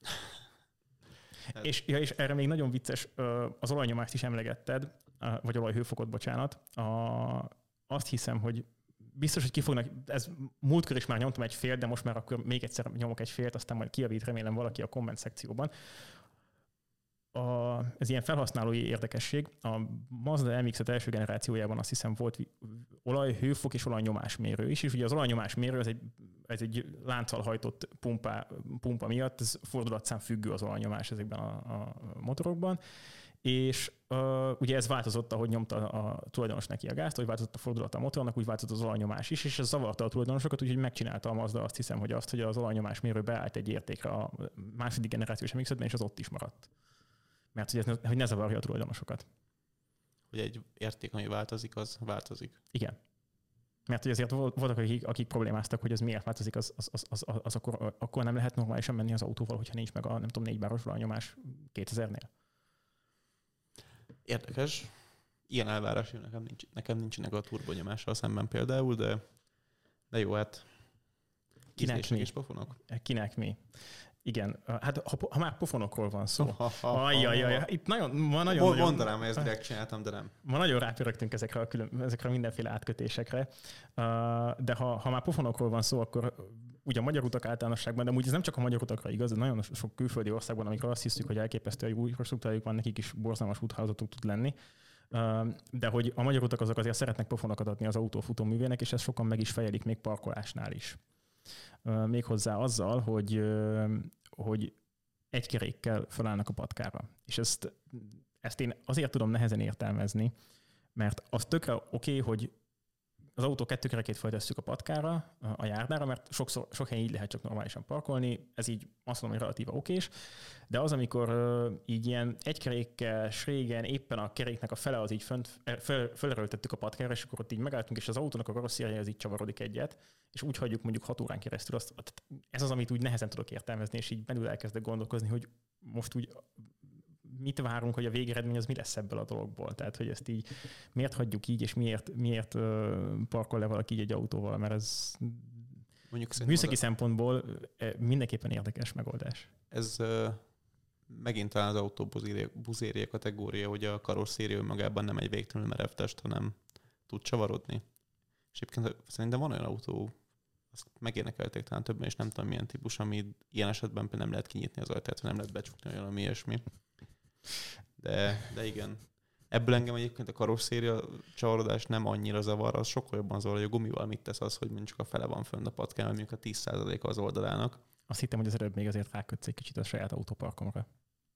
és, ja, és erre még nagyon vicces, az olajnyomást is emlegetted, vagy olajhőfokot, bocsánat. A, azt hiszem, hogy biztos, hogy ki fognak, ez múltkor is már nyomtam egy fél, de most már akkor még egyszer nyomok egy félt, aztán majd kijavít remélem valaki a komment szekcióban. A, ez ilyen felhasználói érdekesség. A Mazda em iksz öt első generációjában azt hiszem volt olaj, hőfok és olajnyomásmérő is, és ugye az olajnyomásmérő ez egy, ez egy lánccal hajtott pumpa, pumpa miatt, ez fordulatszám függő az olajnyomás ezekben a, a motorokban, és uh, ugye ez változott, ahogy nyomta a tulajdonos neki a gázt, hogy változott a fordulat a motornak, úgy változott az olajnyomás is, és ez zavarta a tulajdonosokat, úgyhogy megcsinálta a Mazda azt hiszem, hogy azt, hogy az olajnyomásmérő beállt egy értékre a második generációs em iksz ötben, és az ott is maradt. Mert hogy, ez, hogy ne zavarja a tulajdonosokat. Hogy egy érték, ami változik, az változik. Igen. Mert hogy azért voltak, akik, akik problémáztak, hogy ez miért változik, az, az, az, az, az akkor, akkor nem lehet normálisan menni az autóval, hogyha nincs meg a, nem tudom, négy báros olajnyomás kétezernél. Érdekes. Ilyen elvárású nekem, nincs, nekem nincsenek a turbonyomással szemben például, de, de jó, hát kinek mi? És pofonok. Kinek mi? Igen, hát ha, ha már pofonokról van szó. Ha, ha, ha, Ajjajjaj, itt nagyon, ma nagyon... Mondanám, hogy ezt direkt csináltam, de nem. Ma nagyon rápörögtünk ezekre a, külön, ezekre a mindenféle átkötésekre, de ha, ha már pofonokról van szó, akkor ugye a magyar utak általánosságban, de úgy ez nem csak a magyar utakra igaz, de nagyon sok külföldi országban, amikor azt hiszük, hogy elképesztő, hogy új infrastruktúrájuk van, nekik is borzalmas úthálózatuk tud lenni. De hogy a magyar utak azok azért szeretnek pofonokat adni az autó futóművének, és ezt sokan meg is fejelik még parkolásnál is. Méghozzá azzal, hogy, hogy egy kerékkel felállnak a patkára. És ezt, ezt én azért tudom nehezen értelmezni, mert az tökre oké, okay, hogy az autó kettő kerekét feltesszük a patkára, a járdára, mert sokszor, sok helyen így lehet csak normálisan parkolni, ez így azt mondom, hogy relatíva okés, de az, amikor így ilyen egykerékkel, régen éppen a keréknek a fele az így fönt, fel, felerőltettük a patkára, és akkor ott így megálltunk, és az autónak a karosszériája az így csavarodik egyet, és úgy hagyjuk mondjuk hat órán keresztül. Azt, ez az, amit úgy nehezen tudok értelmezni, és így belül elkezdek gondolkozni, hogy most úgy mit várunk, hogy a végeredmény az mi lesz ebből a dologból. Tehát, hogy ezt így miért hagyjuk így, és miért, miért parkol le valaki így egy autóval, mert ez mondjuk műszaki oda... szempontból mindenképpen érdekes megoldás. Ez uh, megint talán az autó buzéria kategória, hogy a karosszéria magában nem egy végtelenül merev test, hanem tud csavarodni. És egyébként szerintem van olyan autó, azt megérdekelték talán többen, és nem tudom milyen típus, ami ilyen esetben például nem lehet kinyitni az ajtát, nem lehet becsukni olyan, ami ilyesmi. De, de igen. Ebből engem egyébként a karosszéria csavarodás nem annyira zavar, az sokkal jobban zavar, hogy a gumival mit tesz az, hogy mondjuk a fele van fönn a patkán, mondjuk a tíz százaléka az oldalának. Azt hittem, hogy az előbb még azért rákötsz egy kicsit a saját autóparkomra.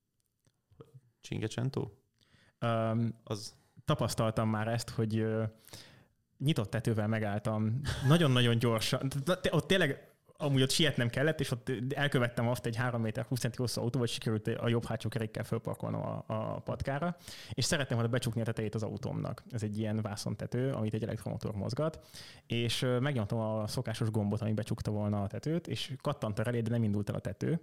Cinquecento? Um, az... Tapasztaltam már ezt, hogy uh, nyitott tetővel megálltam. Nagyon-nagyon gyorsan. Ott tényleg amúgy ott sietnem kellett, és ott elkövettem azt egy három méter húsz centi hosszú autóval, hogy sikerült a jobb hátsó kerékkel fölparkolnom a, a patkára, és szerettem volna becsukni a tetejét az autómnak. Ez egy ilyen vászontető, amit egy elektromotor mozgat, és megnyomtam a szokásos gombot, ami becsukta volna a tetőt, és kattant a relé, de nem indult el a tető.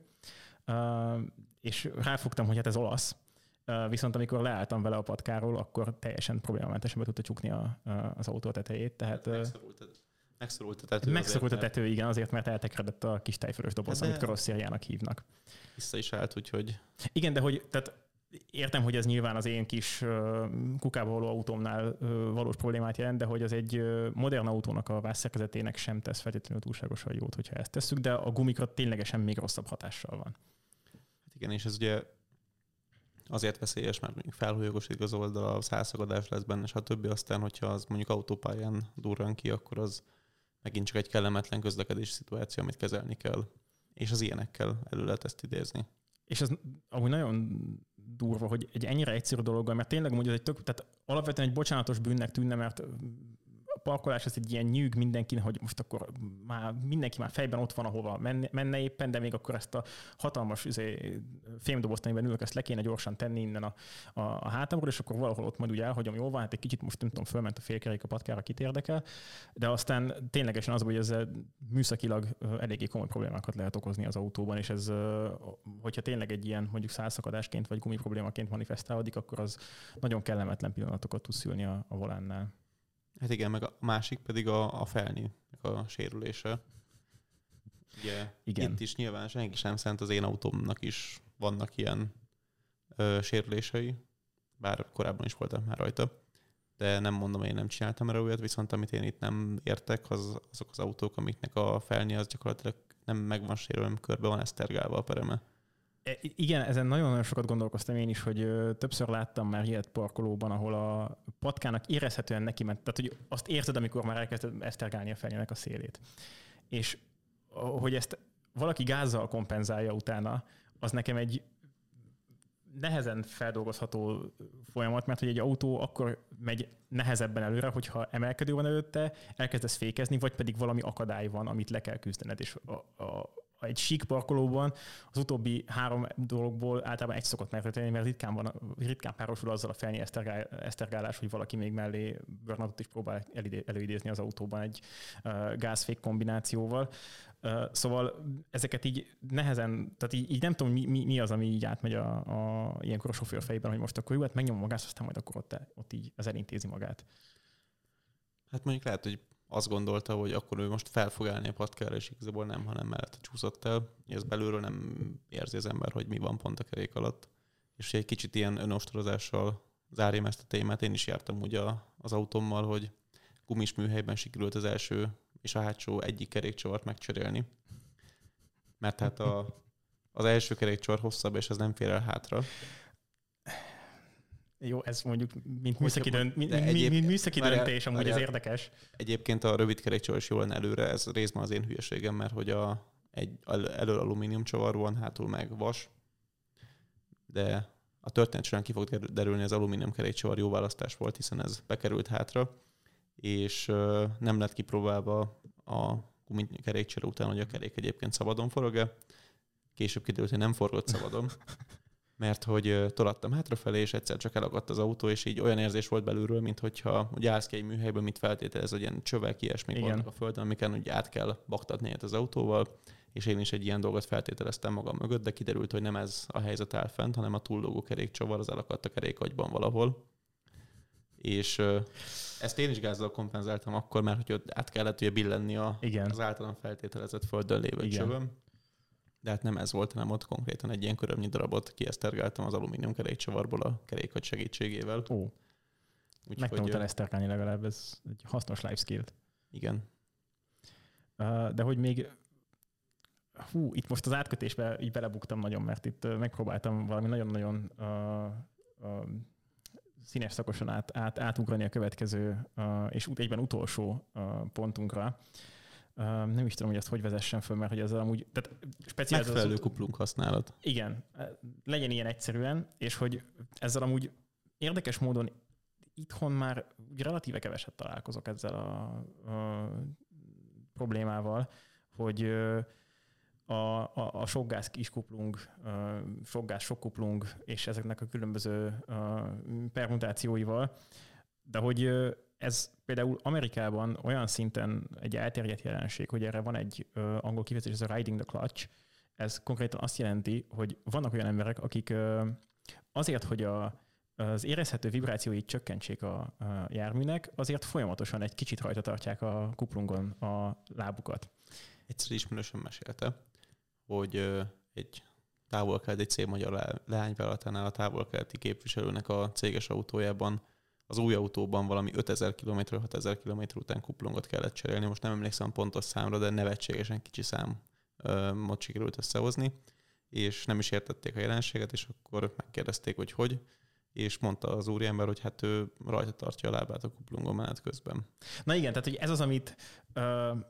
És ráfogtam, hogy hát ez olasz. Viszont amikor leálltam vele a patkáról, akkor teljesen problémamentesen be tudta csukni a, az autó tetejét. Tehát, Megszorult a tető. Megszorult a tető, igen, azért, mert eltekeredett a kis tejfölös doboz, amit karosszériának hívnak. Vissza is állt, úgyhogy... Igen, de hogy, tehát értem, hogy ez nyilván az én kis kukába való autómnál valós problémát jelent, de hogy az egy modern autónak a vászszerkezetének sem tesz feltétlenül túlságosan jót, hogyha ezt tesszük, de a gumikra ténylegesen még rosszabb hatással van. Hát igen, és ez ugye azért veszélyes, mert mondjuk felhújogosodik az oldal, szálszakadás lesz benne, stb. Aztán, hogyha az mondjuk autópályán durran ki, akkor az megint csak egy kellemetlen közlekedési szituáció, amit kezelni kell. És az ilyenekkel elő lehet ezt idézni. És ez amúgy nagyon durva, hogy egy ennyire egyszerű dologgal, mert tényleg amúgy ez egy tök, tehát alapvetően egy bocsánatos bűnnek tűnne, mert a parkolás az egy ilyen nyűg mindenkinek, hogy most akkor már mindenki már fejben ott van, ahova menne, menne éppen, de még akkor ezt a hatalmas izé, fémdobozt, amiben ülök, ezt le kéne gyorsan tenni innen a, a, a hátamról, és akkor valahol ott majd úgy elhagyom, jól van, hát egy kicsit most nem tudom, fölment a félkerék a patkára, kit érdekel, de aztán ténylegesen az, hogy ezzel műszakilag eléggé komoly problémákat lehet okozni az autóban, és ez, hogyha tényleg egy ilyen mondjuk szálszakadásként vagy gumi problémaként manifestálódik, akkor az nagyon kellemetlen pillanatokat tud szülni a, a volánnál. Hát igen, meg a másik pedig a, a felni, a sérülése. Ugye igen. Itt is nyilván senki sem szent, az én autómnak is vannak ilyen ö, sérülései, bár korábban is voltak már rajta. de nem mondom, én nem csináltam erre olyat, viszont amit én itt nem értek, az, azok az autók, amiknek a felnye az gyakorlatilag nem meg van sérülve, nem körbe van esztergálva a pereme. Igen, ezen nagyon-nagyon sokat gondolkoztam én is, hogy ö, többször láttam már ilyet parkolóban, ahol a patkának érezhetően neki ment. Tehát, hogy azt érzed, amikor már elkezded esztergálni a fenyőnek a szélét. És hogy ezt valaki gázzal kompenzálja utána, az nekem egy nehezen feldolgozható folyamat, mert hogy egy autó akkor megy nehezebben előre, hogyha emelkedő van előtte, elkezdesz fékezni, vagy pedig valami akadály van, amit le kell küzdened. És a, a, egy sík parkolóban az utóbbi három dologból általában egy szokott megtörténni, mert ritkán, van, ritkán párosul azzal a felnyi esztergálás, hogy valaki még mellé burnoutot is próbál előidézni az autóban egy uh, gázfék kombinációval. Uh, szóval ezeket így nehezen, tehát így, így nem tudom, mi, mi, mi az, ami így átmegy a, a, ilyenkor a sofőr fejében, hogy most akkor jó, hát megnyomom a gázt, aztán majd akkor ott, ott így az elintézi magát. Hát mondjuk lehet, hogy azt gondolta, hogy akkor ő most fel fog állni a patkára, és igazából nem, hanem mellette csúszott el. Ez belülről nem érzi az ember, hogy mi van pont a kerék alatt. És egy kicsit ilyen önostorozással zárjam ezt a témát. Én is jártam úgy a, az autómmal, hogy gumis műhelyben sikerült az első és a hátsó egyik kerékcsavart megcserélni. Mert hát a, az első kerékcsavar hosszabb, és ez nem fér el hátra. Jó, ez mondjuk mint műszaki, dönt, mint, egyéb, mint műszaki várjál, döntés, amúgy várjál, ez érdekes. Egyébként a rövid kerékcsavar is jól lenne előre, ez részben az én hülyeségem, mert hogy a, egy elől alumínium csavar van, hátul meg vas, de a történet során ki fog derülni, az alumínium kerékcsavar jó választás volt, hiszen ez bekerült hátra, és nem lett kipróbálva a gumikerékcsere után, hogy a kerék egyébként szabadon forog-e. Később kiderült, hogy nem forgott szabadon, mert hogy tolattam hátrafelé, és egyszer csak elakadt az autó, és így olyan érzés volt belülről, mint hogyha ugye állsz ki egy műhelyből, mit feltételez, hogy ilyen csövek, ilyesmik vannak a földön, amiken ugye át kell baktatni az autóval, és én is egy ilyen dolgot feltételeztem magam mögött, de kiderült, hogy nem ez a helyzet áll fent, hanem a túllógó kerékcsavar, az elakadt a kerékagyban valahol. És ezt én is gázzal kompenzáltam akkor, mert hogy át kellett ugye billenni a, az általán feltételezett földön lévő csövöm. De hát nem ez volt, hanem ott konkrétan egy ilyen körömnyi darabot kiesztergáltam az alumínium kerékcsavarból a kerékagy segítségével. Ó, megtanultál esztergálni legalább, ez egy hasznos life skill. Igen. Uh, de hogy még, hú, itt most az átkötésbe így belebuktam nagyon, mert itt megpróbáltam valami nagyon-nagyon uh, uh, színes szakosan át, át, átugrani a következő uh, és egyben utolsó uh, pontunkra. Uh, nem is tudom, hogy ezt hogy vezessen föl, mert hogy ez amúgy... Tehát speciális megfelelő az kuplung használat. Igen, legyen ilyen egyszerűen, és hogy ezzel amúgy érdekes módon itthon már relatíve keveset találkozok ezzel a, a problémával, hogy a, a, a sokgáz kiskuplung, sokgáz sokkuplung és ezeknek a különböző permutációival, de hogy ez például Amerikában olyan szinten egy elterjedt jelenség, hogy erre van egy ö, angol kifejezés, ez a riding the clutch. Ez konkrétan azt jelenti, hogy vannak olyan emberek, akik ö, azért, hogy a, az érezhető vibrációit csökkentsék a, a járműnek, azért folyamatosan egy kicsit rajta tartják a kuplungon a lábukat. Egyszer ismerősen mesélte, hogy ö, egy távol-keleti egy cég magyar leányvállalatánál a távol-keleti képviselőnek a céges autójában az új autóban valami ötezer kilométer, hatezer kilométer után kuplungot kellett cserélni. Most nem emlékszem pontos számra, de nevetségesen kicsi számot sikerült összehozni, és nem is értették a jelenséget, és akkor megkérdezték, hogy hogy, és mondta az úriember, hogy hát ő rajta tartja a lábát a kuplungon menet közben. Na igen, tehát hogy ez az, amit uh,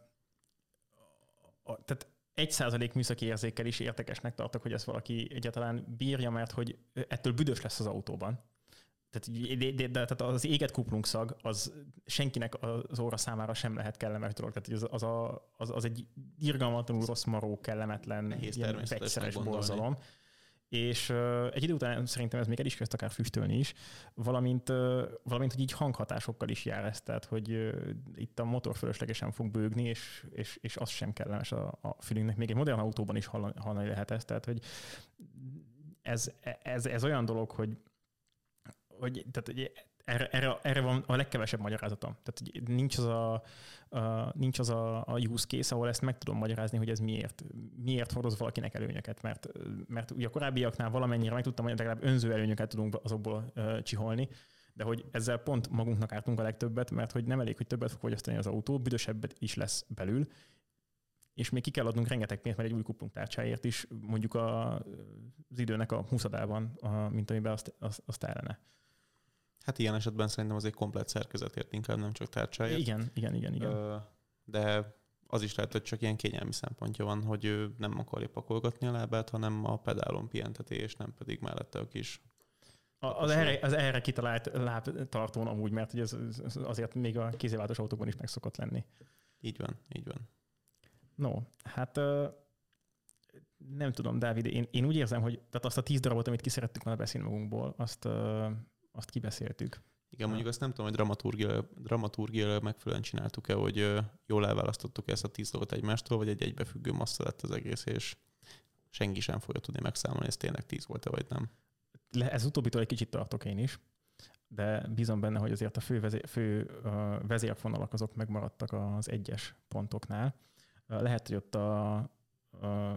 a, tehát egy százalék műszaki érzékkel is értekesnek tartok, hogy ezt valaki egyáltalán bírja, mert hogy ettől büdös lesz az autóban. Tehát, de, de, de, tehát az éget kuplungszag az senkinek az óra számára sem lehet kellemes dolog. Tehát az, az, a, az, az egy irgalmatlanul rossz, maró, kellemetlen, ilyen vegyszeres borzalom. És uh, egy idő után szerintem ez még el is kezd akár füstölni is, valamint, uh, valamint hogy így hanghatásokkal is jár ez, tehát hogy uh, itt a motor fölöslegesen fog bőgni, és, és, és az sem kellemes a, a fülünknek. Még egy modern autóban is hallani, hallani lehet ezt, tehát hogy ez, ez, ez olyan dolog, hogy hogy, tehát, hogy erre, erre, erre van a legkevesebb magyarázatom. Tehát hogy nincs az a, a, nincs az a, a use case, ahol ezt meg tudom magyarázni, hogy ez miért, miért hordoz valakinek előnyöket. Mert, mert ugye a korábbiaknál valamennyire meg tudtam, hogy legalább önző előnyöket tudunk azokból uh, csiholni, de hogy ezzel pont magunknak ártunk a legtöbbet, mert hogy nem elég, hogy többet fog fogyasztani az autó, büdösebbet is lesz belül, és még ki kell adnunk rengeteg pénzt, mert egy új kuplungtárcsáért is mondjuk a, az időnek a huszadában, a, mint amiben azt, azt, azt ellene. Hát ilyen esetben szerintem az egy komplet szerkezetért, inkább nem csak tárcsáért. Igen, igen, igen, igen. De az is lehet, hogy csak ilyen kényelmi szempontja van, hogy ő nem akarja pakolgatni a lábát, hanem a pedálon pihenteti, és nem pedig mellette a kis... Az erre, az erre kitalált lábtartón amúgy, mert hogy ez azért még a kézilváltós autókban is meg szokott lenni. Így van, így van. No, hát nem tudom, Dávid, én, én úgy érzem, hogy tehát azt a tíz darabot, amit ki szerettük volna beszélni magunkból, azt, azt kibeszéltük. Igen, mondjuk azt nem tudom, hogy dramaturgiailag, dramaturgiailag megfelelően csináltuk-e, hogy jól elválasztottuk ezt a tíz dolgot egymástól, vagy egy egybefüggő massza lett az egész, és senki sem fogja tudni megszámolni, ez tényleg tíz volt-e, vagy nem. Ez utóbbitól egy kicsit tartok én is, de bízom benne, hogy azért a fő, vezér, fő uh, vezérfonalak azok megmaradtak az egyes pontoknál. Uh, lehet, hogy ott a, a,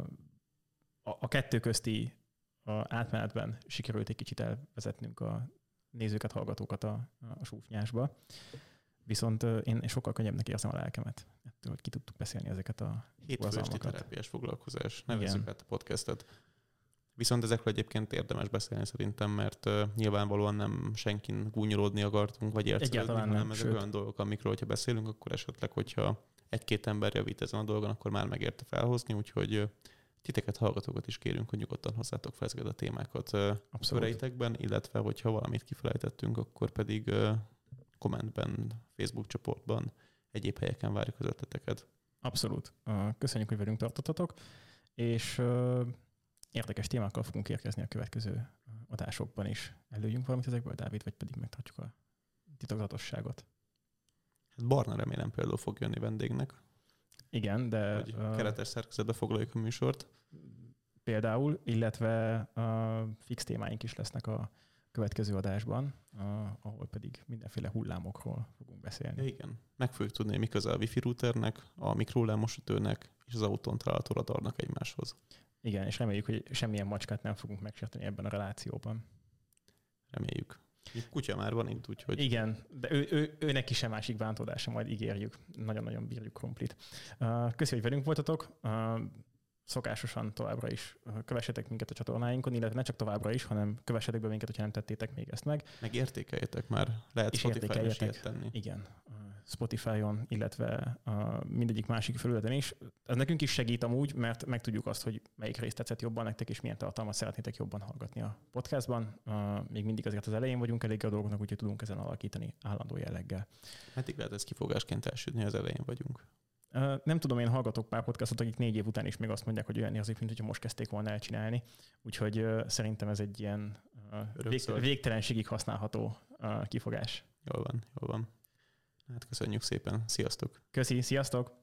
a kettő közti a átmenetben sikerült egy kicsit elvezetnünk a nézőket, hallgatókat a, a súfnyásba. Viszont uh, én sokkal könnyebbnek érzem a lelkemet ettől, hogy ki tudtuk beszélni ezeket a hétfősti terápiás foglalkozás. Nevezzük át a podcastet. Viszont ezekről egyébként érdemes beszélni szerintem, mert uh, nyilvánvalóan nem senkin gúnyolódni akartunk, vagy ércelődni, hanem ezek olyan dolgok, amikről, hogyha beszélünk, akkor esetleg, hogyha egy-két ember javít ezen a dolgon, akkor már megérte felhozni, úgyhogy uh, titeket, hallgatókat is kérünk, hogy nyugodtan hozzátok fel ezeket a témákat uh, köreitekben, illetve hogyha valamit kifelejtettünk, akkor pedig uh, kommentben, Facebook csoportban, egyéb helyeken várjuk az ötleteket. Abszolút. Uh, köszönjük, hogy velünk tartottatok, és uh, érdekes témákkal fogunk érkezni a következő adásokban is. Előjünk valamit ezekből, Dávid, vagy pedig megtartjuk a titokzatosságot? Hát Barna remélem például fog jönni vendégnek. Igen, de... Hogy uh, keretes szerkezetbe foglaljuk a műsort. Például, illetve uh, fix témáink is lesznek a következő adásban, uh, ahol pedig mindenféle hullámokról fogunk beszélni. Ja, igen. Meg fogjuk tudni, mi köze a wifi routernek, a mikrohullámosütőnek és az autón található radarnak egymáshoz. Igen, és reméljük, hogy semmilyen macskát nem fogunk megsérteni ebben a relációban. Reméljük. Kutya már van itt, úgyhogy... Igen, de ő, ő, ő neki sem másik bántódása, majd ígérjük. Nagyon-nagyon bírjuk krumplit. Köszönjük, hogy velünk voltatok. Szokásosan továbbra is kövessetek minket a csatornáinkon, illetve ne csak továbbra is, hanem kövessetek be minket, hogyha nem tettétek még ezt meg. Meg értékeljetek már. Lehet Spotify-on is ilyet tenni. Igen. Spotify-on, illetve a mindegyik másik felületen is. Ez nekünk is segít amúgy, mert megtudjuk azt, hogy melyik részt tetszett jobban nektek, és milyen tartalmat szeretnétek jobban hallgatni a podcastban. Még mindig azért az elején vagyunk elég a dolgoknak, úgyhogy tudunk ezen alakítani állandó jelleggel. Hát így lehet ez kifogásként elsütni, az elején vagyunk. Nem tudom, én hallgatok pár podcastot, akik négy év után is még azt mondják, hogy olyan érzik, mint hogyha most kezdték volna elcsinálni. Úgyhogy szerintem ez egy ilyen vég, végtelenségig használható kifogás. Jól van, jól van. Hát köszönjük szépen. Sziasztok! Köszi, sziasztok!